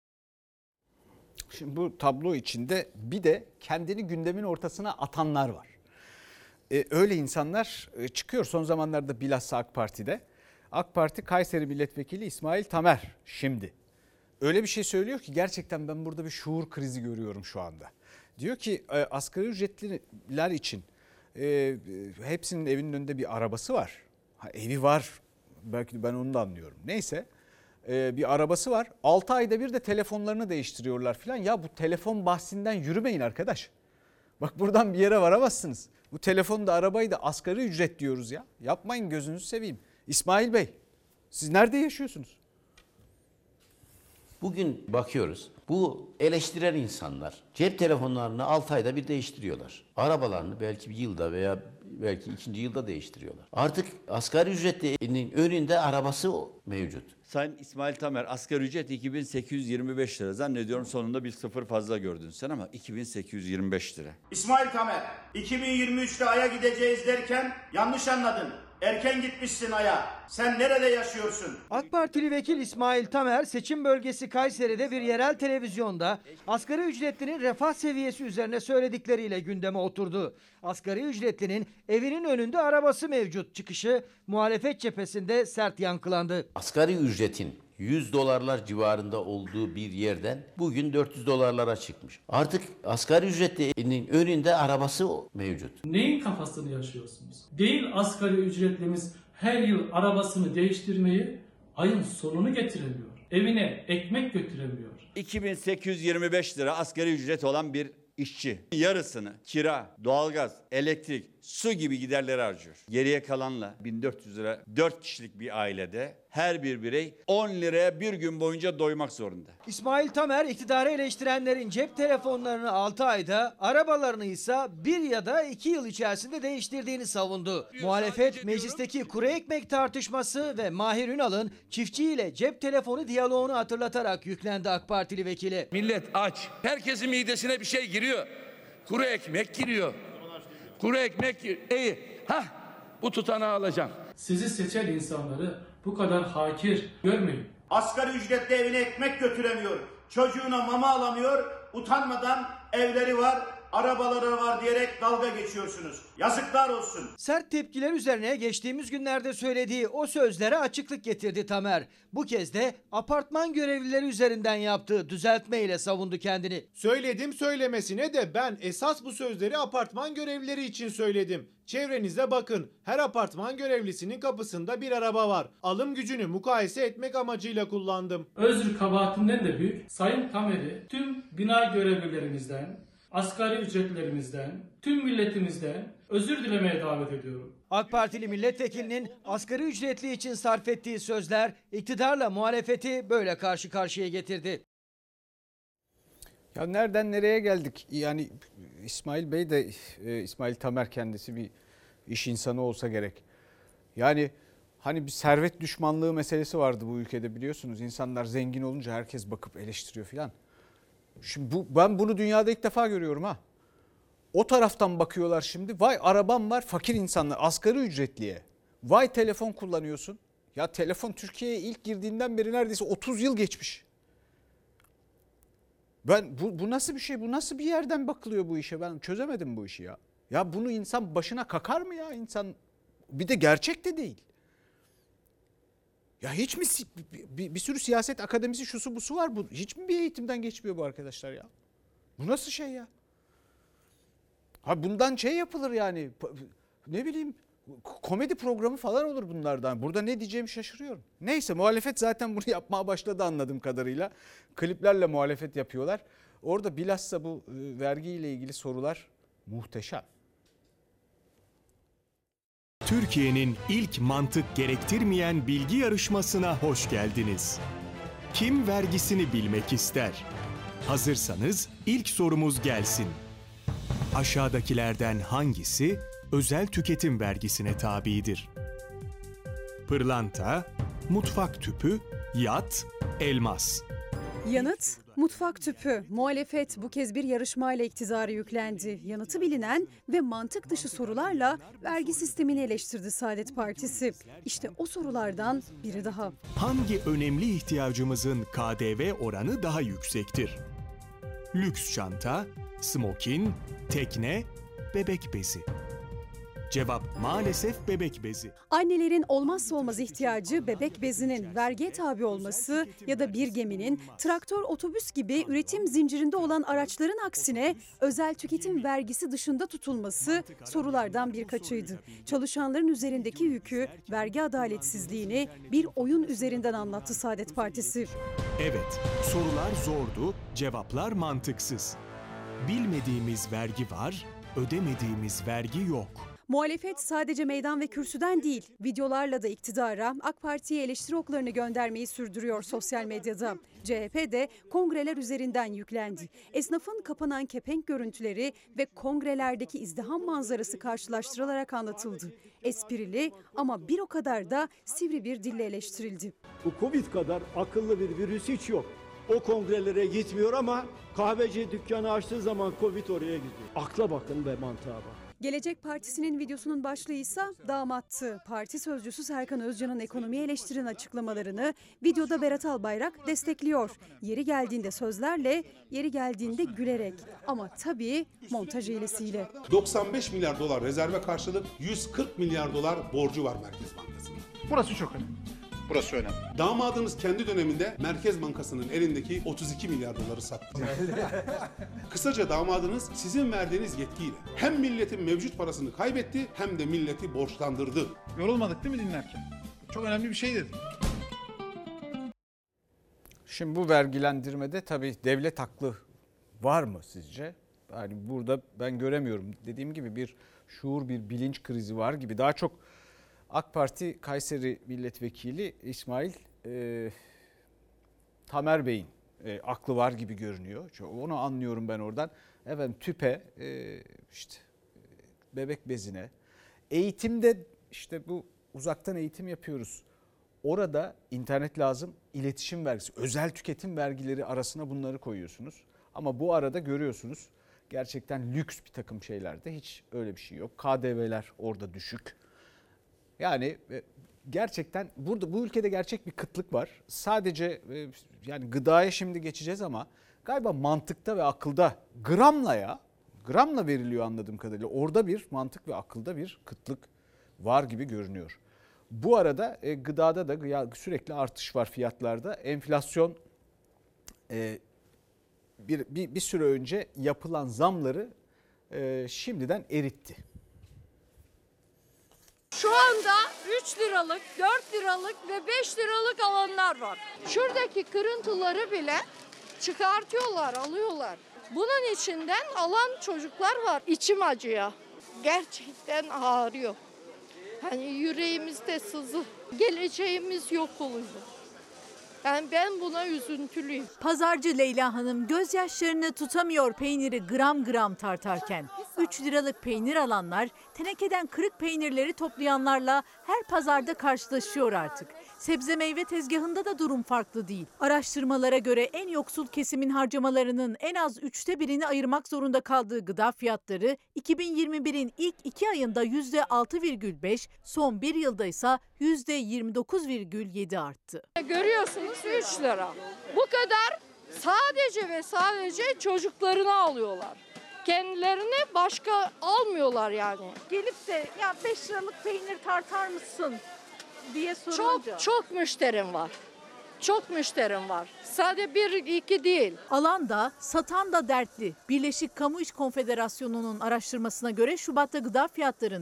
Şimdi bu tablo içinde bir de kendini gündemin ortasına atanlar var. Öyle insanlar çıkıyor son zamanlarda bilhassa AK Parti'de. AK Parti Kayseri Milletvekili İsmail Tamer şimdi öyle bir şey söylüyor ki gerçekten ben burada bir şuur krizi görüyorum şu anda. Diyor ki asgari ücretliler için hepsinin evinin önünde bir arabası var. Evi var belki ben onu da anlıyorum. Neyse bir arabası var. 6 ayda bir de telefonlarını değiştiriyorlar filan. Ya bu telefon bahsinden yürümeyin arkadaş. Bak buradan bir yere varamazsınız. Bu telefonu da arabayı da asgari ücret diyoruz ya. Yapmayın gözünüzü seveyim. İsmail Bey siz nerede yaşıyorsunuz? Bugün bakıyoruz. Bu eleştiren insanlar cep telefonlarını 6 ayda bir değiştiriyorlar. Arabalarını belki bir yılda veya belki 2. yılda değiştiriyorlar. Artık asgari ücretlinin önünde arabası mevcut. Sayın İsmail Tamer asgari ücret 2825 lira. Zannediyorum sonunda bir sıfır fazla gördün sen ama 2825 lira. İsmail Tamer 2023'te Ay'a gideceğiz derken yanlış anladın. Erken gitmişsin Ay'a. Sen nerede yaşıyorsun? AK Partili vekil İsmail Tamer seçim bölgesi Kayseri'de bir yerel televizyonda asgari ücretlinin refah seviyesi üzerine söyledikleriyle gündeme oturdu. Asgari ücretlinin evinin önünde arabası mevcut çıkışı muhalefet cephesinde sert yankılandı. Asgari ücretin 100 dolarlar civarında olduğu bir yerden bugün 400 dolarlara çıkmış. Artık asgari ücretlinin önünde arabası mevcut. Neyin kafasını yaşıyorsunuz? Değil asgari ücretlimiz her yıl arabasını değiştirmeyi, ayın sonunu getiremiyor. Evine ekmek götüremiyor. 2825 lira asgari ücret olan bir işçi yarısını kira, doğalgaz, elektrik, su gibi giderleri harcıyor. Geriye kalanla 1400 lira 4 kişilik bir ailede her bir birey 10 liraya bir gün boyunca doymak zorunda. İsmail Tamer iktidarı eleştirenlerin cep telefonlarını 6 ayda, arabalarını ise 1 ya da 2 yıl içerisinde değiştirdiğini savundu. Muhalefet meclisteki kuru ekmek tartışması ve Mahir Ünal'ın çiftçi ile cep telefonu diyaloğunu hatırlatarak yüklendi AK Partili vekili. Millet aç. Herkesin midesine bir şey giriyor. Kuru ekmek giriyor. Kuru ekmek iyi. Bu tutanağı alacağım. Sizi seçen insanları bu kadar hakir görmeyin. Asgari ücretle evine ekmek götüremiyor. Çocuğuna mama alamıyor. Utanmadan evleri var, arabaları var diyerek dalga geçiyorsunuz. Yazıklar olsun. Sert tepkiler üzerine geçtiğimiz günlerde söylediği o sözlere açıklık getirdi Tamer. Bu kez de apartman görevlileri üzerinden yaptığı düzeltmeyle savundu kendini. Söyledim söylemesine de ben esas bu sözleri apartman görevlileri için söyledim. Çevrenize bakın. Her apartman görevlisinin kapısında bir araba var. Alım gücünü mukayese etmek amacıyla kullandım. Özür kabahatimden de büyük. Sayın Tamer'i tüm bina görevlilerimizden, asgari ücretlerimizden, tüm milletimizden özür dilemeye davet ediyorum. AK Partili milletvekilinin asgari ücretli için sarf ettiği sözler iktidarla muhalefeti böyle karşı karşıya getirdi. Ya nereden nereye geldik? Yani İsmail Bey de İsmail Tamer kendisi bir iş insanı olsa gerek. Yani hani bir servet düşmanlığı meselesi vardı bu ülkede biliyorsunuz. İnsanlar zengin olunca herkes bakıp eleştiriyor filan. Şimdi ben bunu dünyada ilk defa görüyorum ha. O taraftan bakıyorlar şimdi. Vay arabam var fakir insanlar asgari ücretliye. Vay telefon kullanıyorsun. Ya telefon Türkiye'ye ilk girdiğinden beri neredeyse 30 yıl geçmiş. Bu nasıl bir şey? Bu nasıl bir yerden bakılıyor bu işe? Ben çözemedim bu işi ya. Ya bunu insan başına kakar mı ya? İnsan bir de gerçek de değil. Ya hiç mi bir sürü siyaset akademisi şusu busu var bu. Hiç mi bir eğitimden geçmiyor bu arkadaşlar ya? Bu nasıl şey ya? Ha bundan şey yapılır yani. Ne bileyim komedi programı falan olur bunlardan. Burada ne diyeceğimi şaşırıyorum. Neyse, muhalefet zaten bunu yapmaya başladı anladığım kadarıyla. Kliplerle muhalefet yapıyorlar. Orada bilhassa bu vergiyle ilgili sorular muhteşem. Türkiye'nin ilk mantık gerektirmeyen bilgi yarışmasına hoş geldiniz. Kim vergisini bilmek ister? Hazırsanız ilk sorumuz gelsin. Aşağıdakilerden hangisi özel tüketim vergisine tabidir? Pırlanta, mutfak tüpü, yat, elmas. Yanıt, mutfak tüpü. Muhalefet bu kez bir yarışmayla iktidara yüklendi. Yanıtı bilinen ve mantık dışı sorularla vergi sistemini eleştirdi Saadet Partisi. İşte o sorulardan biri daha. Hangi önemli ihtiyacımızın KDV oranı daha yüksektir? Lüks çanta, smokin, tekne, bebek bezi. Cevap maalesef bebek bezi. Annelerin olmazsa olmaz ihtiyacı bebek bezinin vergiye tabi olması ya da bir geminin traktör, otobüs gibi üretim zincirinde olan araçların aksine özel tüketim vergisi dışında tutulması sorulardan birkaçıydı. Çalışanların üzerindeki yükü, vergi adaletsizliğini bir oyun üzerinden anlattı Saadet Partisi. Evet, sorular zordu, cevaplar mantıksız. Bilmediğimiz vergi var, ödemediğimiz vergi yok. Muhalefet sadece meydan ve kürsüden değil, videolarla da iktidara, AK Parti'ye eleştiri oklarını göndermeyi sürdürüyor sosyal medyada. CHP de kongreler üzerinden yüklendi. Esnafın kapanan kepenk görüntüleri ve kongrelerdeki izdiham manzarası karşılaştırılarak anlatıldı. Esprili ama bir o kadar da sivri bir dille eleştirildi. Bu Covid kadar akıllı bir virüs hiç yok. O kongrelere gitmiyor ama kahveci dükkanı açtığı zaman Covid oraya gidiyor. Akla bakın ve mantığa bakın. Gelecek Partisi'nin videosunun başlığı ise damattı. Parti sözcüsü Serkan Özcan'ın ekonomiye eleştiren açıklamalarını videoda Berat Albayrak destekliyor. Yeri geldiğinde sözlerle, yeri geldiğinde gülerek ama tabii montaj hilesiyle. 95 milyar dolar rezerve karşılık 140 milyar dolar borcu var Merkez Bankası'nın. Burası çok önemli. Burası önemli. Damadınız kendi döneminde Merkez Bankası'nın elindeki 32 milyar doları sattı. Kısaca damadınız sizin verdiğiniz yetkiyle hem milletin mevcut parasını kaybetti hem de milleti borçlandırdı. Yorulmadık değil mi dinlerken? Çok önemli bir şey dedim. Şimdi bu vergilendirmede tabii devlet haklı var mı sizce? Yani burada ben göremiyorum. Dediğim gibi bir şuur, bir bilinç krizi var gibi. Daha çok AK Parti Kayseri Milletvekili İsmail Tamer Bey'in aklı var gibi görünüyor. Onu anlıyorum ben oradan. Efendim tüpe, işte bebek bezine, eğitimde işte bu uzaktan eğitim yapıyoruz. Orada internet lazım, iletişim vergisi, özel tüketim vergileri arasına bunları koyuyorsunuz. Ama bu arada görüyorsunuz gerçekten lüks bir takım şeylerde hiç öyle bir şey yok. KDV'ler orada düşük. Yani gerçekten burada bu ülkede gerçek bir kıtlık var. Sadece yani gıdaya şimdi geçeceğiz ama galiba mantıkta ve akılda gramla veriliyor anladığım kadarıyla. Orada bir mantık ve akılda bir kıtlık var gibi görünüyor. Bu arada gıdada da sürekli artış var fiyatlarda. Enflasyon bir süre önce yapılan zamları şimdiden eritti. Şu anda 3 liralık, 4 liralık ve 5 liralık alanlar var. Şuradaki kırıntıları bile çıkartıyorlar, alıyorlar. Bunun içinden alan çocuklar var. İçim acıyor. Gerçekten ağrıyor. Hani yüreğimizde sızı. Geleceğimiz yok oluyor. Yani ben buna üzüntülüyüm. Pazarcı Leyla Hanım gözyaşlarını tutamıyor peyniri gram gram tartarken. 3 liralık peynir alanlar, tenekeden kırık peynirleri toplayanlarla her pazarda karşılaşıyor artık. Sebze meyve tezgahında da durum farklı değil. Araştırmalara göre en yoksul kesimin harcamalarının en az 1/3'ini ayırmak zorunda kaldığı gıda fiyatları 2021'in ilk 2 ayında %6,5, son bir yılda ise %29,7 arttı. Görüyorsunuz 3 lira. Bu kadar sadece ve sadece çocuklarını alıyorlar. Kendilerini başka almıyorlar yani. Gelip de ya 5 liralık peynir tartar mısın diye sorunca. Çok müşterim var. Çok müşterim var. Sadece 1-2 değil. Alan da satan da dertli. Birleşik Kamu İş Konfederasyonu'nun araştırmasına göre Şubat'ta gıda fiyatlarında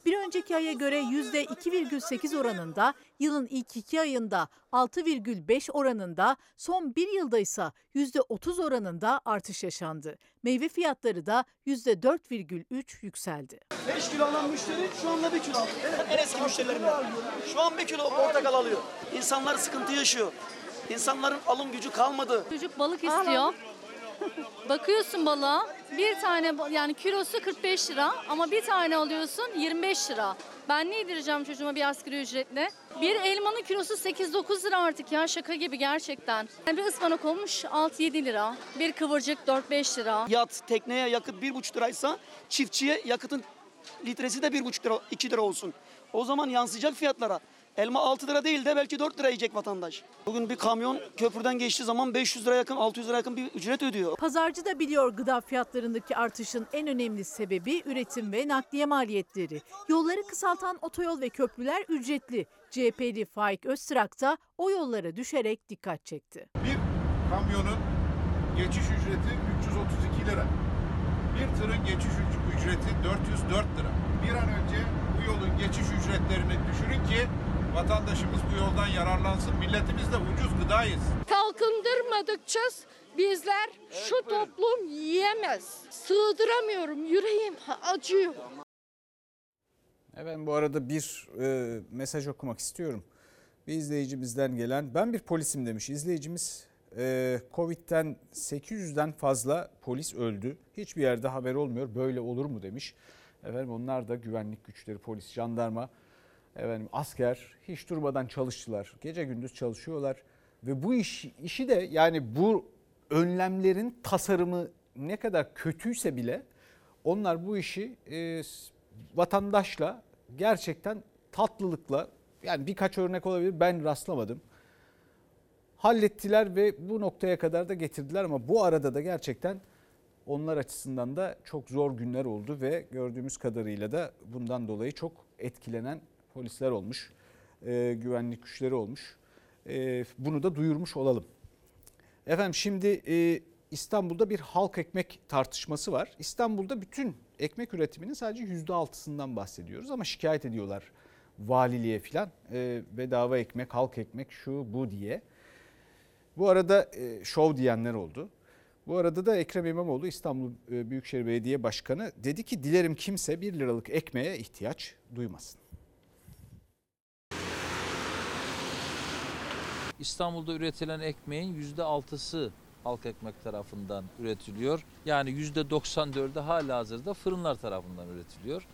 Bir önceki aya göre %2,8 oranında, yılın ilk 2 ayında 6,5 oranında, son bir yılda ise %30 oranında artış yaşandı. Meyve fiyatları da %4,3 yükseldi. 5 kilo alan müşteri şu anda 1 kilo aldı. En eski müşterilerimden. Şu an 1 kilo portakal alıyor. İnsanlar sıkıntı yaşıyor. İnsanların alım gücü kalmadı. Çocuk balık istiyor. Bakıyorsun balığa, bir tane yani kilosu 45 lira ama bir tane alıyorsun 25 lira. Ben ne yedireceğim çocuğuma bir asgari ücretle? Bir elmanın kilosu 8-9 lira artık ya, şaka gibi gerçekten. Yani bir ıspanak olmuş 6-7 lira, bir kıvırcık 4-5 lira. Yat, tekneye yakıt 1,5 liraysa çiftçiye yakıtın litresi de 1,5 lira, 2 lira olsun. O zaman yansıyacak fiyatlara. Elma 6 lira değil de belki 4 lira yiyecek vatandaş. Bugün bir kamyon köprüden geçtiği zaman 500 lira yakın, 600 lira yakın bir ücret ödüyor. Pazarcı da biliyor gıda fiyatlarındaki artışın en önemli sebebi üretim ve nakliye maliyetleri. Yolları kısaltan otoyol ve köprüler ücretli. CHP'li Faik Öztrak da o yollara düşerek dikkat çekti. Bir kamyonun geçiş ücreti 332 lira. Bir tırın geçiş ücreti 404 lira. Bir an önce bu yolun geçiş ücretlerini düşürün ki vatandaşımız bu yoldan yararlansın. Milletimiz de ucuz gıda yesin. Kalkındırmadıkça bizler şu toplum yiyemez. Sığdıramıyorum, yüreğim acıyor. Ben bu arada bir mesaj okumak istiyorum. Bir izleyicimizden gelen, ben bir polisim demiş izleyicimiz. Covid'den 800'den fazla polis öldü. Hiçbir yerde haber olmuyor. Böyle olur mu demiş. Onlar da güvenlik güçleri, polis, jandarma, asker hiç durmadan çalıştılar. Gece gündüz çalışıyorlar ve bu işi de, yani bu önlemlerin tasarımı ne kadar kötüyse bile onlar bu işi vatandaşla gerçekten tatlılıkla, yani birkaç örnek olabilir, ben rastlamadım, hallettiler ve bu noktaya kadar da getirdiler. Ama bu arada da gerçekten onlar açısından da çok zor günler oldu ve gördüğümüz kadarıyla da bundan dolayı çok etkilenen polisler olmuş, güvenlik güçleri olmuş. Bunu da duyurmuş olalım. Şimdi İstanbul'da bir halk ekmek tartışması var. İstanbul'da bütün ekmek üretiminin sadece %6'sından bahsediyoruz ama şikayet ediyorlar valiliğe filan. Bedava ekmek, halk ekmek, şu bu diye. Bu arada şov diyenler oldu. Bu arada da Ekrem İmamoğlu, İstanbul Büyükşehir Belediye Başkanı, dedi ki dilerim kimse 1 liralık ekmeğe ihtiyaç duymasın. İstanbul'da üretilen ekmeğin %6'sı halk ekmek tarafından üretiliyor. Yani %94'ü halihazırda fırınlar tarafından üretiliyor.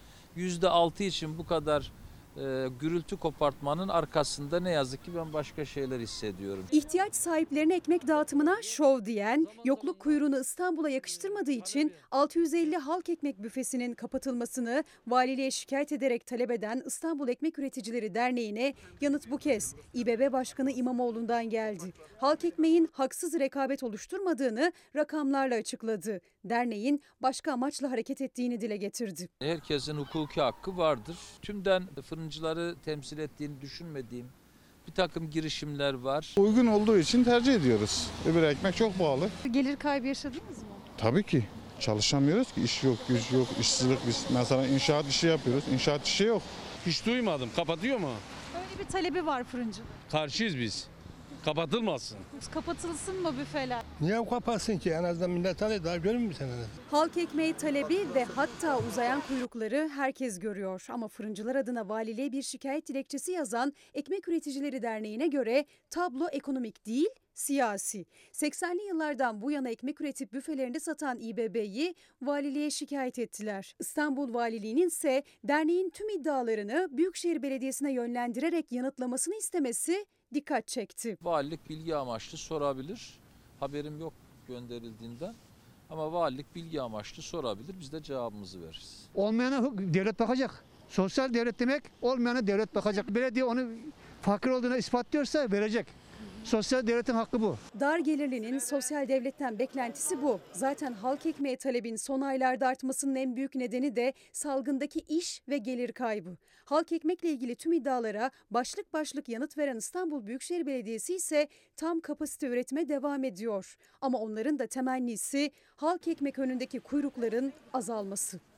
%6 için bu kadar gürültü kopartmanın arkasında ne yazık ki ben başka şeyler hissediyorum. İhtiyaç sahiplerine ekmek dağıtımına şov diyen, yokluk kuyruğunu İstanbul'a yakıştırmadığı için 650 halk ekmek büfesinin kapatılmasını valiliğe şikayet ederek talep eden İstanbul Ekmek Üreticileri Derneği'ne yanıt bu kez İBB Başkanı İmamoğlu'ndan geldi. Halk ekmeğin haksız rekabet oluşturmadığını rakamlarla açıkladı. Derneğin başka amaçla hareket ettiğini dile getirdi. Herkesin hukuki hakkı vardır. Tümden fırıncıları temsil ettiğini düşünmediğim bir takım girişimler var. Uygun olduğu için tercih ediyoruz. Öbür ekmek çok pahalı. Gelir kaybı yaşadınız mı? Tabii ki. Çalışamıyoruz ki. İş yok, güç yok, işsizlik. Biz mesela inşaat işi yapıyoruz. İnşaat işi yok. Hiç duymadım. Kapatıyor mu? Öyle bir talebi var fırıncı. Karşıyız biz. Kapatılmasın. Kapatılsın mı büfeler? Niye kapatsın ki? En azından millet alır. Daha görür mü sen? Halk ekmeği talebi ve hatta uzayan kuyrukları herkes görüyor. Ama fırıncılar adına valiliğe bir şikayet dilekçesi yazan Ekmek Üreticileri Derneği'ne göre tablo ekonomik değil, siyasi. 80'li yıllardan bu yana ekmek üretip büfelerinde satan İBB'yi valiliğe şikayet ettiler. İstanbul Valiliği'nin ise derneğin tüm iddialarını Büyükşehir Belediyesi'ne yönlendirerek yanıtlamasını istemesi dikkat çekti. Valilik bilgi amaçlı sorabilir. Haberim yok gönderildiğinden. Ama valilik bilgi amaçlı sorabilir. Biz de cevabımızı veririz. Olmayana devlet bakacak. Sosyal devlet demek olmayana devlet bakacak. Belediye onu fakir olduğunu ispatlıyorsa verecek. Sosyal devletin hakkı bu. Dar gelirlinin sosyal devletten beklentisi bu. Zaten halk ekmeği talebin son aylarda artmasının en büyük nedeni de salgındaki iş ve gelir kaybı. Halk ekmekle ilgili tüm iddialara başlık başlık yanıt veren İstanbul Büyükşehir Belediyesi ise tam kapasite üretime devam ediyor. Ama onların da temennisi halk ekmek önündeki kuyrukların azalması.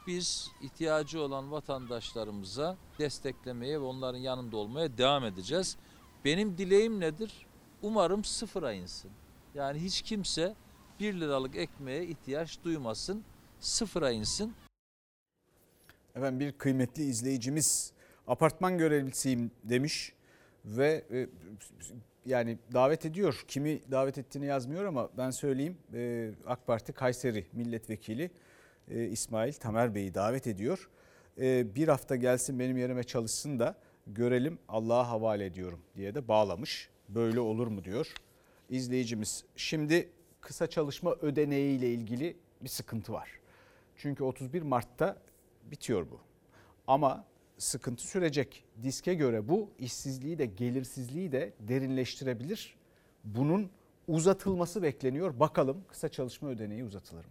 Biz ihtiyacı olan vatandaşlarımıza desteklemeye ve onların yanında olmaya devam edeceğiz. Benim dileğim nedir? Umarım sıfıra insin. Yani hiç kimse 1 liralık ekmeğe ihtiyaç duymasın, sıfıra insin. Efendim bir kıymetli izleyicimiz apartman görevlisiyim demiş ve yani davet ediyor. Kimi davet ettiğini yazmıyor ama ben söyleyeyim. AK Parti Kayseri Milletvekili İsmail Tamer Bey'i davet ediyor. Bir hafta gelsin benim yerime çalışsın da görelim, Allah'a havale ediyorum diye de bağlamış. Böyle olur mu diyor izleyicimiz. Şimdi kısa çalışma ödeneği ile ilgili bir sıkıntı var. Çünkü 31 Mart'ta bitiyor bu. Ama sıkıntı sürecek. DİSK'e göre bu işsizliği de gelirsizliği de derinleştirebilir. Bunun uzatılması bekleniyor. Bakalım kısa çalışma ödeneği uzatılır mı?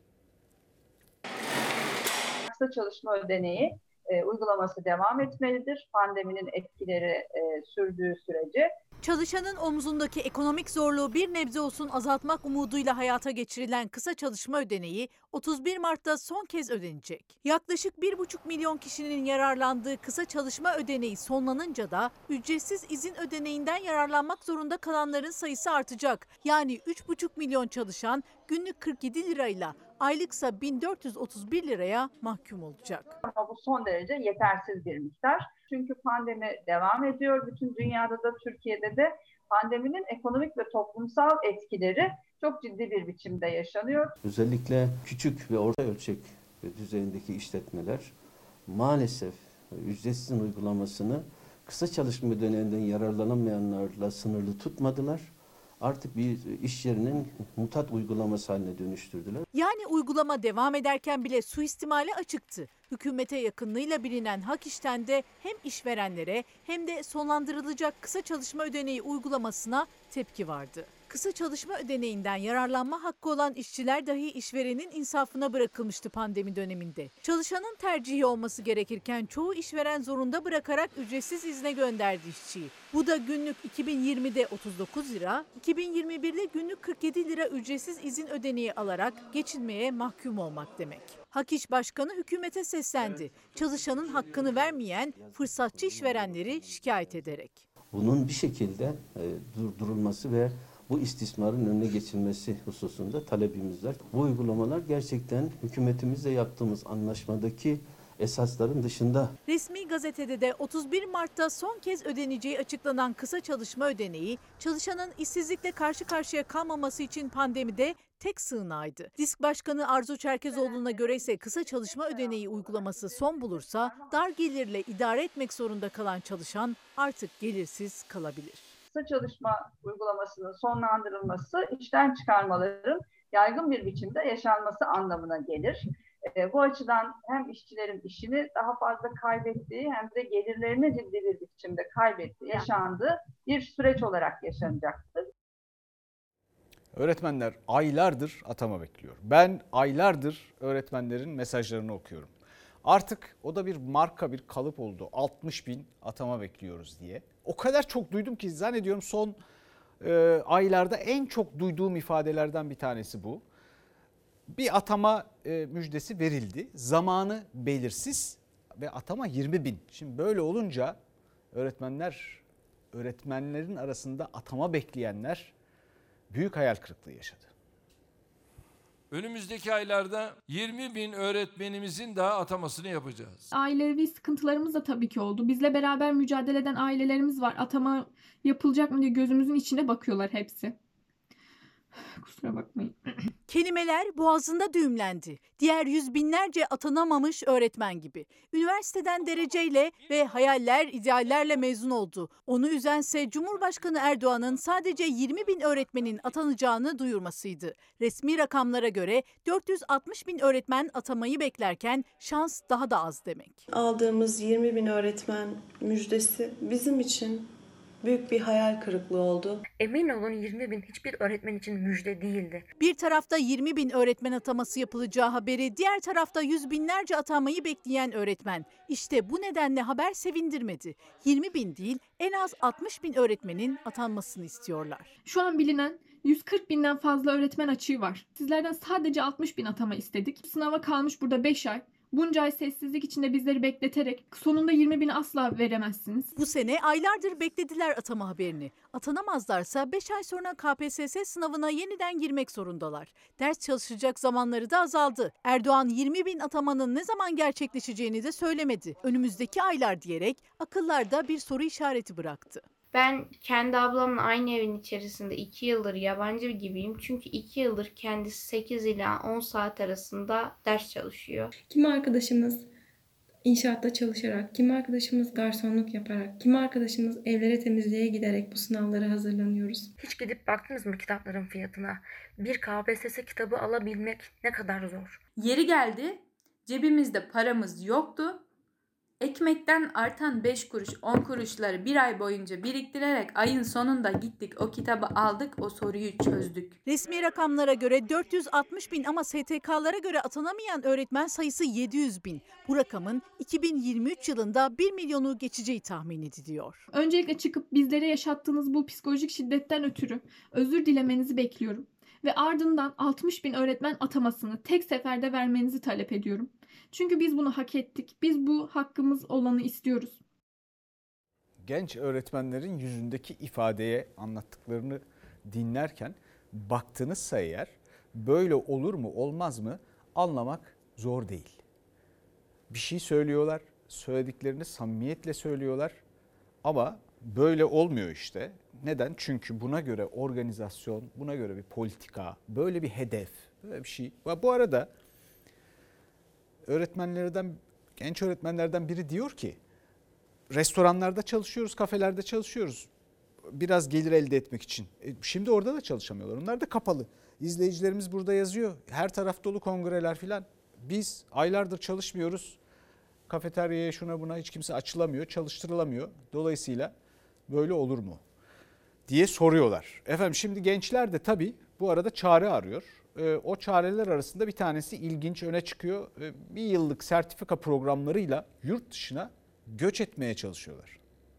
Kısa çalışma ödeneği uygulaması devam etmelidir. Pandeminin etkileri sürdüğü sürece. Çalışanın omzundaki ekonomik zorluğu bir nebze olsun azaltmak umuduyla hayata geçirilen kısa çalışma ödeneği 31 Mart'ta son kez ödenecek. Yaklaşık 1,5 milyon kişinin yararlandığı kısa çalışma ödeneği sonlanınca da ücretsiz izin ödeneğinden yararlanmak zorunda kalanların sayısı artacak. Yani 3,5 milyon çalışan günlük 47 lirayla aylıksa 1431 liraya mahkum olacak. Ama bu son derece yetersiz bir miktar. Çünkü pandemi devam ediyor. Bütün dünyada da Türkiye'de de pandeminin ekonomik ve toplumsal etkileri çok ciddi bir biçimde yaşanıyor. Özellikle küçük ve orta ölçek düzeyindeki işletmeler maalesef ücretsiz uygulamasını kısa çalışma ödeneğinden yararlanamayanlarla sınırlı tutmadılar. Artık bir iş yerinin mutat uygulaması haline dönüştürdüler. Yani uygulama devam ederken bile suistimale açıktı. Hükümete yakınlığıyla bilinen Hak İş'ten de hem işverenlere hem de sonlandırılacak kısa çalışma ödeneği uygulamasına tepki vardı. Kısa çalışma ödeneğinden yararlanma hakkı olan işçiler dahi işverenin insafına bırakılmıştı pandemi döneminde. Çalışanın tercihi olması gerekirken çoğu işveren zorunda bırakarak ücretsiz izne gönderdi işçiyi. Bu da günlük 2020'de 39 lira, 2021'de günlük 47 lira ücretsiz izin ödeneği alarak geçinmeye mahkum olmak demek. Hak İş Başkanı hükümete seslendi. Çalışanın hakkını vermeyen fırsatçı işverenleri şikayet ederek. Bunun bir şekilde durdurulması ve bu istismarın önüne geçilmesi hususunda talebimiz var. Bu uygulamalar gerçekten hükümetimizle yaptığımız anlaşmadaki esasların dışında. Resmi gazetede de 31 Mart'ta son kez ödeneceği açıklanan kısa çalışma ödeneği, çalışanın işsizlikle karşı karşıya kalmaması için pandemide tek sığınağıydı. DİSK Başkanı Arzu Çerkezoğlu'na göre ise kısa çalışma ödeneği uygulaması son bulursa dar gelirle idare etmek zorunda kalan çalışan artık gelirsiz kalabilir. Kısa çalışma uygulamasının sonlandırılması işten çıkarmaların yaygın bir biçimde yaşanması anlamına gelir. Bu açıdan hem işçilerin işini daha fazla kaybettiği hem de gelirlerini ciddi bir biçimde kaybettiği yaşandığı bir süreç olarak yaşanacaktır. Öğretmenler aylardır atama bekliyor. Ben aylardır öğretmenlerin mesajlarını okuyorum. Artık o da bir marka, bir kalıp oldu. 60 bin atama bekliyoruz diye. O kadar çok duydum ki zannediyorum son aylarda en çok duyduğum ifadelerden bir tanesi bu. Bir atama müjdesi verildi. Zamanı belirsiz ve atama 20 bin. Şimdi böyle olunca öğretmenlerin arasında atama bekleyenler büyük hayal kırıklığı yaşadı. Önümüzdeki aylarda 20 bin öğretmenimizin daha atamasını yapacağız. Ailevi sıkıntılarımız da tabii ki oldu. Bizle beraber mücadele eden ailelerimiz var. Atama yapılacak mı diye gözümüzün içine bakıyorlar hepsi. Kusura bakmayın. Kelimeler boğazında düğümlendi. Diğer yüz binlerce atanamamış öğretmen gibi. Üniversiteden dereceyle ve hayaller, ideallerle mezun oldu. Onu üzense Cumhurbaşkanı Erdoğan'ın sadece 20 bin öğretmenin atanacağını duyurmasıydı. Resmi rakamlara göre 460 bin öğretmen atamayı beklerken şans daha da az demek. Aldığımız 20 bin öğretmen müjdesi bizim için büyük bir hayal kırıklığı oldu. Emin olun 20 bin hiçbir öğretmen için müjde değildi. Bir tarafta 20 bin öğretmen ataması yapılacağı haberi, diğer tarafta yüz binlerce atanmayı bekleyen öğretmen. İşte bu nedenle haber sevindirmedi. 20 bin değil, en az 60 bin öğretmenin atanmasını istiyorlar. Şu an bilinen 140 binden fazla öğretmen açığı var. Sizlerden sadece 60 bin atama istedik. Sınava kalmış burada 5 ay. Bunca ay sessizlik içinde bizleri bekleterek sonunda 20.000'i asla veremezsiniz. Bu sene aylardır beklediler atama haberini. Atanamazlarsa 5 ay sonra KPSS sınavına yeniden girmek zorundalar. Ders çalışacak zamanları da azaldı. Erdoğan 20.000 atamanın ne zaman gerçekleşeceğini de söylemedi. Önümüzdeki aylar diyerek akıllarda bir soru işareti bıraktı. Ben kendi ablamla aynı evin içerisinde 2 yıldır yabancı gibiyim. Çünkü 2 yıldır kendisi 8 ila 10 saat arasında ders çalışıyor. Kimi arkadaşımız inşaatta çalışarak, kimi arkadaşımız garsonluk yaparak, kimi arkadaşımız evlere temizliğe giderek bu sınavlara hazırlanıyoruz. Hiç gidip baktınız mı kitapların fiyatına? Bir KPSS kitabı alabilmek ne kadar zor. Yeri geldi, cebimizde paramız yoktu. Ekmekten artan 5 kuruş, 10 kuruşları bir ay boyunca biriktirerek ayın sonunda gittik o kitabı aldık, o soruyu çözdük. Resmi rakamlara göre 460.000 ama STK'lara göre atanamayan öğretmen sayısı 700.000. Bu rakamın 2023 yılında 1 milyonu geçeceği tahmin ediliyor. Öncelikle çıkıp bizlere yaşattığınız bu psikolojik şiddetten ötürü özür dilemenizi bekliyorum. Ve ardından 60.000 öğretmen atamasını tek seferde vermenizi talep ediyorum. Çünkü biz bunu hak ettik. Biz bu hakkımız olanı istiyoruz. Genç öğretmenlerin yüzündeki ifadeye anlattıklarını dinlerken baktınızsa eğer böyle olur mu olmaz mı anlamak zor değil. Bir şey söylüyorlar, söylediklerini samimiyetle söylüyorlar ama böyle olmuyor işte. Neden? Çünkü buna göre organizasyon, buna göre bir politika, böyle bir hedef, böyle bir şey. Bu arada genç öğretmenlerden biri diyor ki restoranlarda çalışıyoruz, kafelerde çalışıyoruz. Biraz gelir elde etmek için. Şimdi orada da çalışamıyorlar. Onlar da kapalı. İzleyicilerimiz burada yazıyor. Her taraf dolu kongreler filan. Biz aylardır çalışmıyoruz. Kafeteryaya şuna buna hiç kimse açılamıyor, çalıştırılamıyor. Dolayısıyla böyle olur mu diye soruyorlar. Efendim şimdi gençler de tabii bu arada çare arıyor. O çareler arasında bir tanesi ilginç öne çıkıyor. Bir yıllık sertifika programlarıyla yurt dışına göç etmeye çalışıyorlar.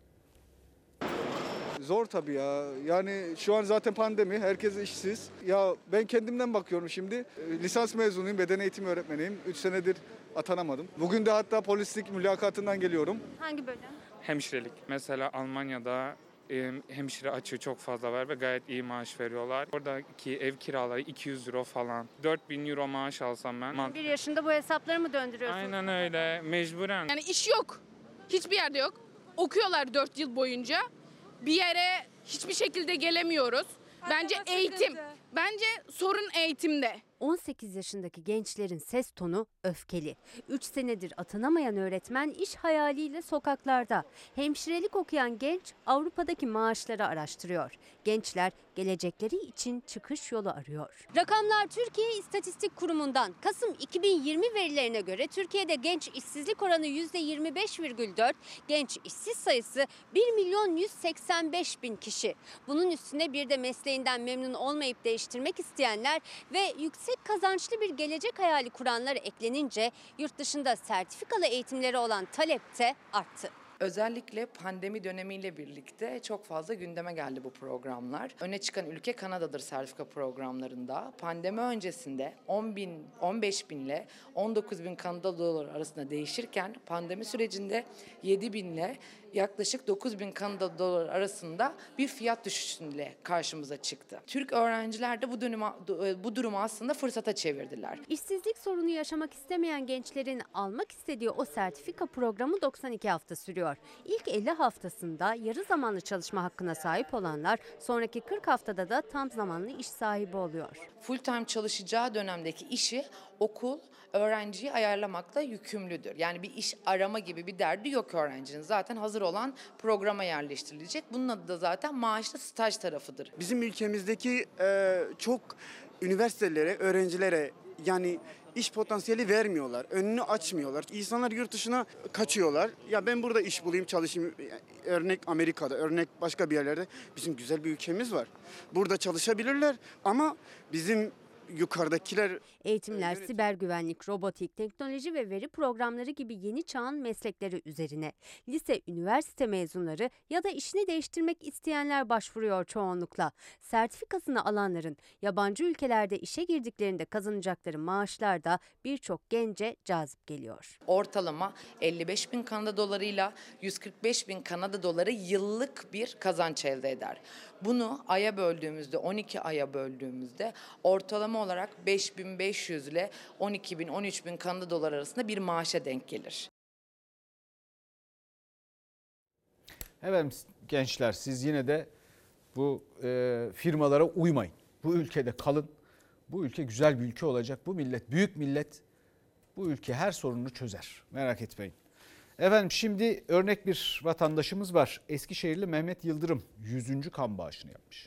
Zor tabii ya. Yani şu an zaten pandemi, herkes işsiz. Ya ben kendimden bakıyorum şimdi. Lisans mezunuyum, beden eğitimi öğretmeniyim. 3 senedir atanamadım. Bugün de hatta polislik mülakatından geliyorum. Hangi bölüm? Hemşirelik. Mesela Almanya'da hemşire açığı çok fazla var ve gayet iyi maaş veriyorlar. Oradaki ev kiraları 200 euro falan. 4.000 euro maaş alsam ben. 1 yaşında bu hesapları mı döndürüyorsun? Aynen öyle, mecburen. Yani iş yok. Hiçbir yerde yok. Okuyorlar 4 yıl boyunca. Bir yere hiçbir şekilde gelemiyoruz. Bence eğitim. Bence sorun eğitimde. 18 yaşındaki gençlerin ses tonu öfkeli. 3 senedir atanamayan öğretmen iş hayaliyle sokaklarda. Hemşirelik okuyan genç Avrupa'daki maaşları araştırıyor. Gençler gelecekleri için çıkış yolu arıyor. Rakamlar Türkiye İstatistik Kurumu'ndan. Kasım 2020 verilerine göre Türkiye'de genç işsizlik oranı %25,4, genç işsiz sayısı 1.185.000 kişi. Bunun üstüne bir de mesleğinden memnun olmayıp değiştirmek isteyenler ve yüksek kazançlı bir gelecek hayali kuranlar eklenince yurt dışında sertifikalı eğitimleri olan talep de arttı. Özellikle pandemi dönemiyle birlikte çok fazla gündeme geldi bu programlar. Öne çıkan ülke Kanada'dır sertifika programlarında. Pandemi öncesinde 15.000 ile 19.000 Kanada doları arasında değişirken pandemi sürecinde 7.000 ile yaklaşık 9.000 Kanada doları arasında bir fiyat düşüşüyle karşımıza çıktı. Türk öğrenciler de bu durumu aslında fırsata çevirdiler. İşsizlik sorunu yaşamak istemeyen gençlerin almak istediği o sertifika programı 92 hafta sürüyor. İlk 50 haftasında yarı zamanlı çalışma hakkına sahip olanlar sonraki 40 haftada da tam zamanlı iş sahibi oluyor. Full time çalışacağı dönemdeki işi okul öğrenciyi ayarlamakla yükümlüdür. Yani bir iş arama gibi bir derdi yok öğrencinin. Zaten hazır olan programa yerleştirilecek. Bunun adı da zaten maaşlı staj tarafıdır. Bizim ülkemizdeki çok üniversitelere, öğrencilere yani iş potansiyeli vermiyorlar. Önünü açmıyorlar. İnsanlar yurt dışına kaçıyorlar. Ya ben burada iş bulayım, çalışayım. Örnek Amerika'da, örnek başka bir yerlerde. Bizim güzel bir ülkemiz var. Burada çalışabilirler ama bizim yukarıdakiler... Eğitimler siber güvenlik, robotik, teknoloji ve veri programları gibi yeni çağın meslekleri üzerine. Lise, üniversite mezunları ya da işini değiştirmek isteyenler başvuruyor çoğunlukla. Sertifikasını alanların yabancı ülkelerde işe girdiklerinde kazanacakları maaşlar da birçok gence cazip geliyor. Ortalama 55.000 Kanada dolarıyla 145.000 Kanada doları yıllık bir kazanç elde eder. Bunu aya böldüğümüzde, 12 aya böldüğümüzde ortalama olarak 5.500 ile 12.000, 13.000 Kanada doları arasında bir maaşa denk gelir. Evet gençler, siz yine de bu firmalara uymayın. Bu ülkede kalın. Bu ülke güzel bir ülke olacak. Bu millet büyük millet. Bu ülke her sorununu çözer. Merak etmeyin. Efendim şimdi örnek bir vatandaşımız var. Eskişehirli Mehmet Yıldırım 100. kan bağışını yapmış.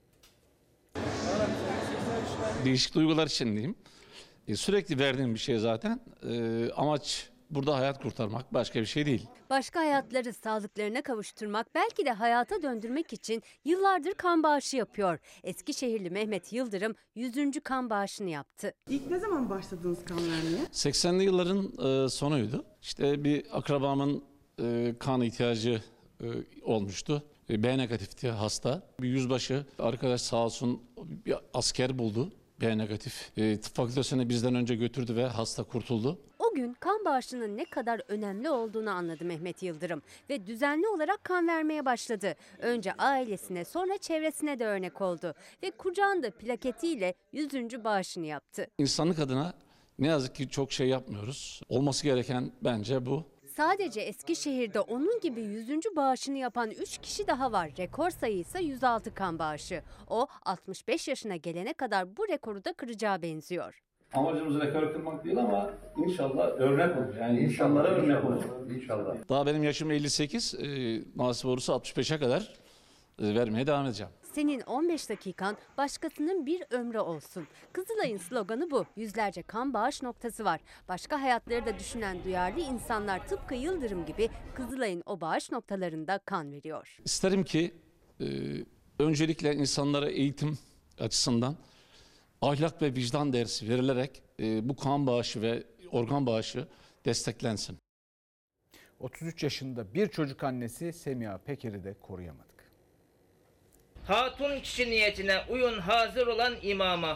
Değişik duygular içindeyim. Sürekli verdiğim bir şey zaten. Amaç burada hayat kurtarmak, başka bir şey değil. Başka hayatları sağlıklarına kavuşturmak, belki de hayata döndürmek için yıllardır kan bağışı yapıyor. Eskişehirli Mehmet Yıldırım 100. kan bağışını yaptı. İlk ne zaman başladınız kan vermeye? 80'li yılların sonuydu. İşte bir akrabamın kan ihtiyacı olmuştu. B negatifti hasta. Bir yüzbaşı arkadaş sağ olsun bir asker buldu. B negatif. Tıp fakültesine bizden önce götürdü ve hasta kurtuldu. O gün kan bağışının ne kadar önemli olduğunu anladı Mehmet Yıldırım ve düzenli olarak kan vermeye başladı. Önce ailesine, sonra çevresine de örnek oldu ve kucağında plaketiyle 100. bağışını yaptı. İnsanlık adına ne yazık ki çok şey yapmıyoruz. Olması gereken bence bu. Sadece Eskişehir'de onun gibi 100. bağışını yapan 3 kişi daha var. Rekor sayı ise 106 kan bağışı. O 65 yaşına gelene kadar bu rekoru da kıracağı benziyor. Amacımız rekor kırmak değil ama inşallah örnek olur. Yani insanlara örnek olur. İnşallah. Daha benim yaşım 58. Nasip olursa 65'e kadar vermeye devam edeceğim. Senin 15 dakikan başkasının bir ömrü olsun. Kızılay'ın sloganı bu. Yüzlerce kan bağış noktası var. Başka hayatları da düşünen duyarlı insanlar tıpkı Yıldırım gibi Kızılay'ın o bağış noktalarında kan veriyor. İsterim ki öncelikle insanlara eğitim açısından ahlak ve vicdan dersi verilerek bu kan bağışı ve organ bağışı desteklensin. 33 yaşında bir çocuk annesi Semiha Peker'i de koruyamadık. Hatun kişi niyetine uyun hazır olan imama.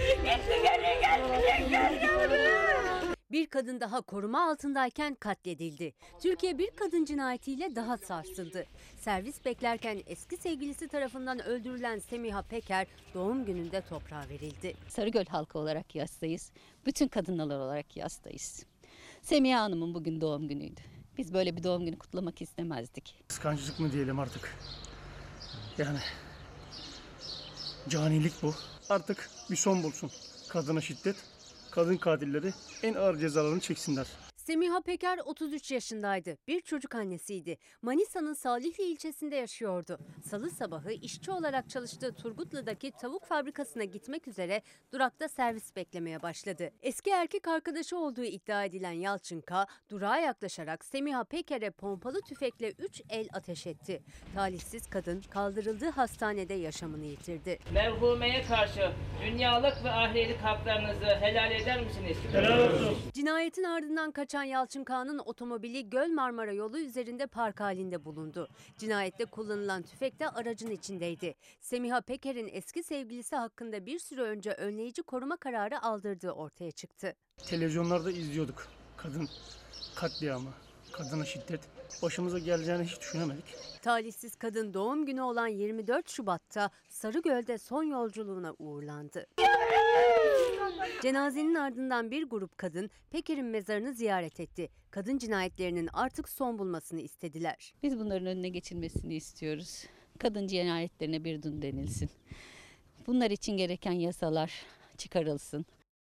Bir kadın daha koruma altındayken katledildi. Türkiye bir kadın cinayetiyle daha sarsıldı. Servis beklerken eski sevgilisi tarafından öldürülen Semiha Peker doğum gününde toprağa verildi. Sarıgöl halkı olarak yastayız. Bütün kadınlar olarak yastayız. Semiha Hanım'ın bugün doğum günüydü. Biz böyle bir doğum günü kutlamak istemezdik. Kıskançlık mı diyelim artık? Yani canilik bu. Artık bir son bulsun. Kadına şiddet, kadın katilleri en ağır cezalarını çeksinler. Semiha Peker 33 yaşındaydı. Bir çocuk annesiydi. Manisa'nın Salihli ilçesinde yaşıyordu. Salı sabahı işçi olarak çalıştığı Turgutlu'daki tavuk fabrikasına gitmek üzere durakta servis beklemeye başladı. Eski erkek arkadaşı olduğu iddia edilen Yalçın K. durağa yaklaşarak Semiha Peker'e pompalı tüfekle 3 el ateş etti. Talihsiz kadın kaldırıldığı hastanede yaşamını yitirdi. Merhumeye karşı dünyalık ve ahirelik haklarınızı helal eder misiniz? Helal olsun. Cinayetin ardından kaçan Yalçın Kağan'ın otomobili Göl Marmara yolu üzerinde park halinde bulundu. Cinayette kullanılan tüfek de aracın içindeydi. Semiha Peker'in eski sevgilisi hakkında bir süre önce önleyici koruma kararı aldırdığı ortaya çıktı. Televizyonlarda izliyorduk kadın katliamı, kadına şiddet. Başımıza geleceğini hiç düşünemedik. Talihsiz kadın doğum günü olan 24 Şubat'ta Sarıgöl'de son yolculuğuna uğurlandı. Cenazenin ardından bir grup kadın Peker'in mezarını ziyaret etti. Kadın cinayetlerinin artık son bulmasını istediler. Biz bunların önüne geçilmesini istiyoruz. Kadın cinayetlerine bir dur denilsin. Bunlar için gereken yasalar çıkarılsın.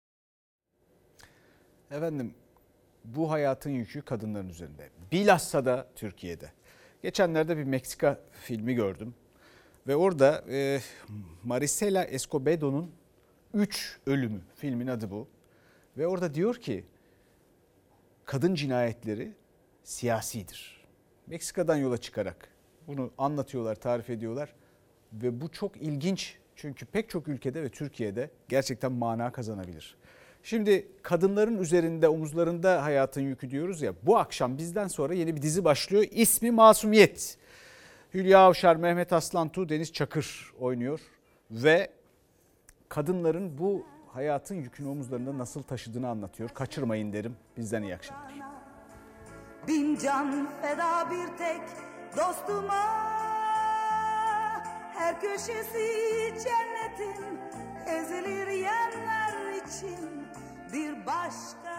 Efendim bu hayatın yükü kadınların üzerinde. Bilhassa da Türkiye'de. Geçenlerde bir Meksika filmi gördüm. Ve orada Marisela Escobedo'nun 3 ölümü, filmin adı bu. Ve orada diyor ki kadın cinayetleri siyasidir. Meksika'dan yola çıkarak bunu anlatıyorlar, tarif ediyorlar. Ve bu çok ilginç Çünkü pek çok ülkede ve Türkiye'de gerçekten mana kazanabilir. Şimdi kadınların üzerinde, omuzlarında hayatın yükü diyoruz ya. Bu akşam bizden sonra yeni bir dizi başlıyor. İsmi Masumiyet. Hülya Avşar, Mehmet Aslantu, Deniz Çakır oynuyor. Ve kadınların bu hayatın yükünü omuzlarında nasıl taşıdığını anlatıyor. Kaçırmayın derim. Bizden iyi akşamlar. Bin can feda bir tek dostuma, her köşesi cennetin ezilir yerler için bir başka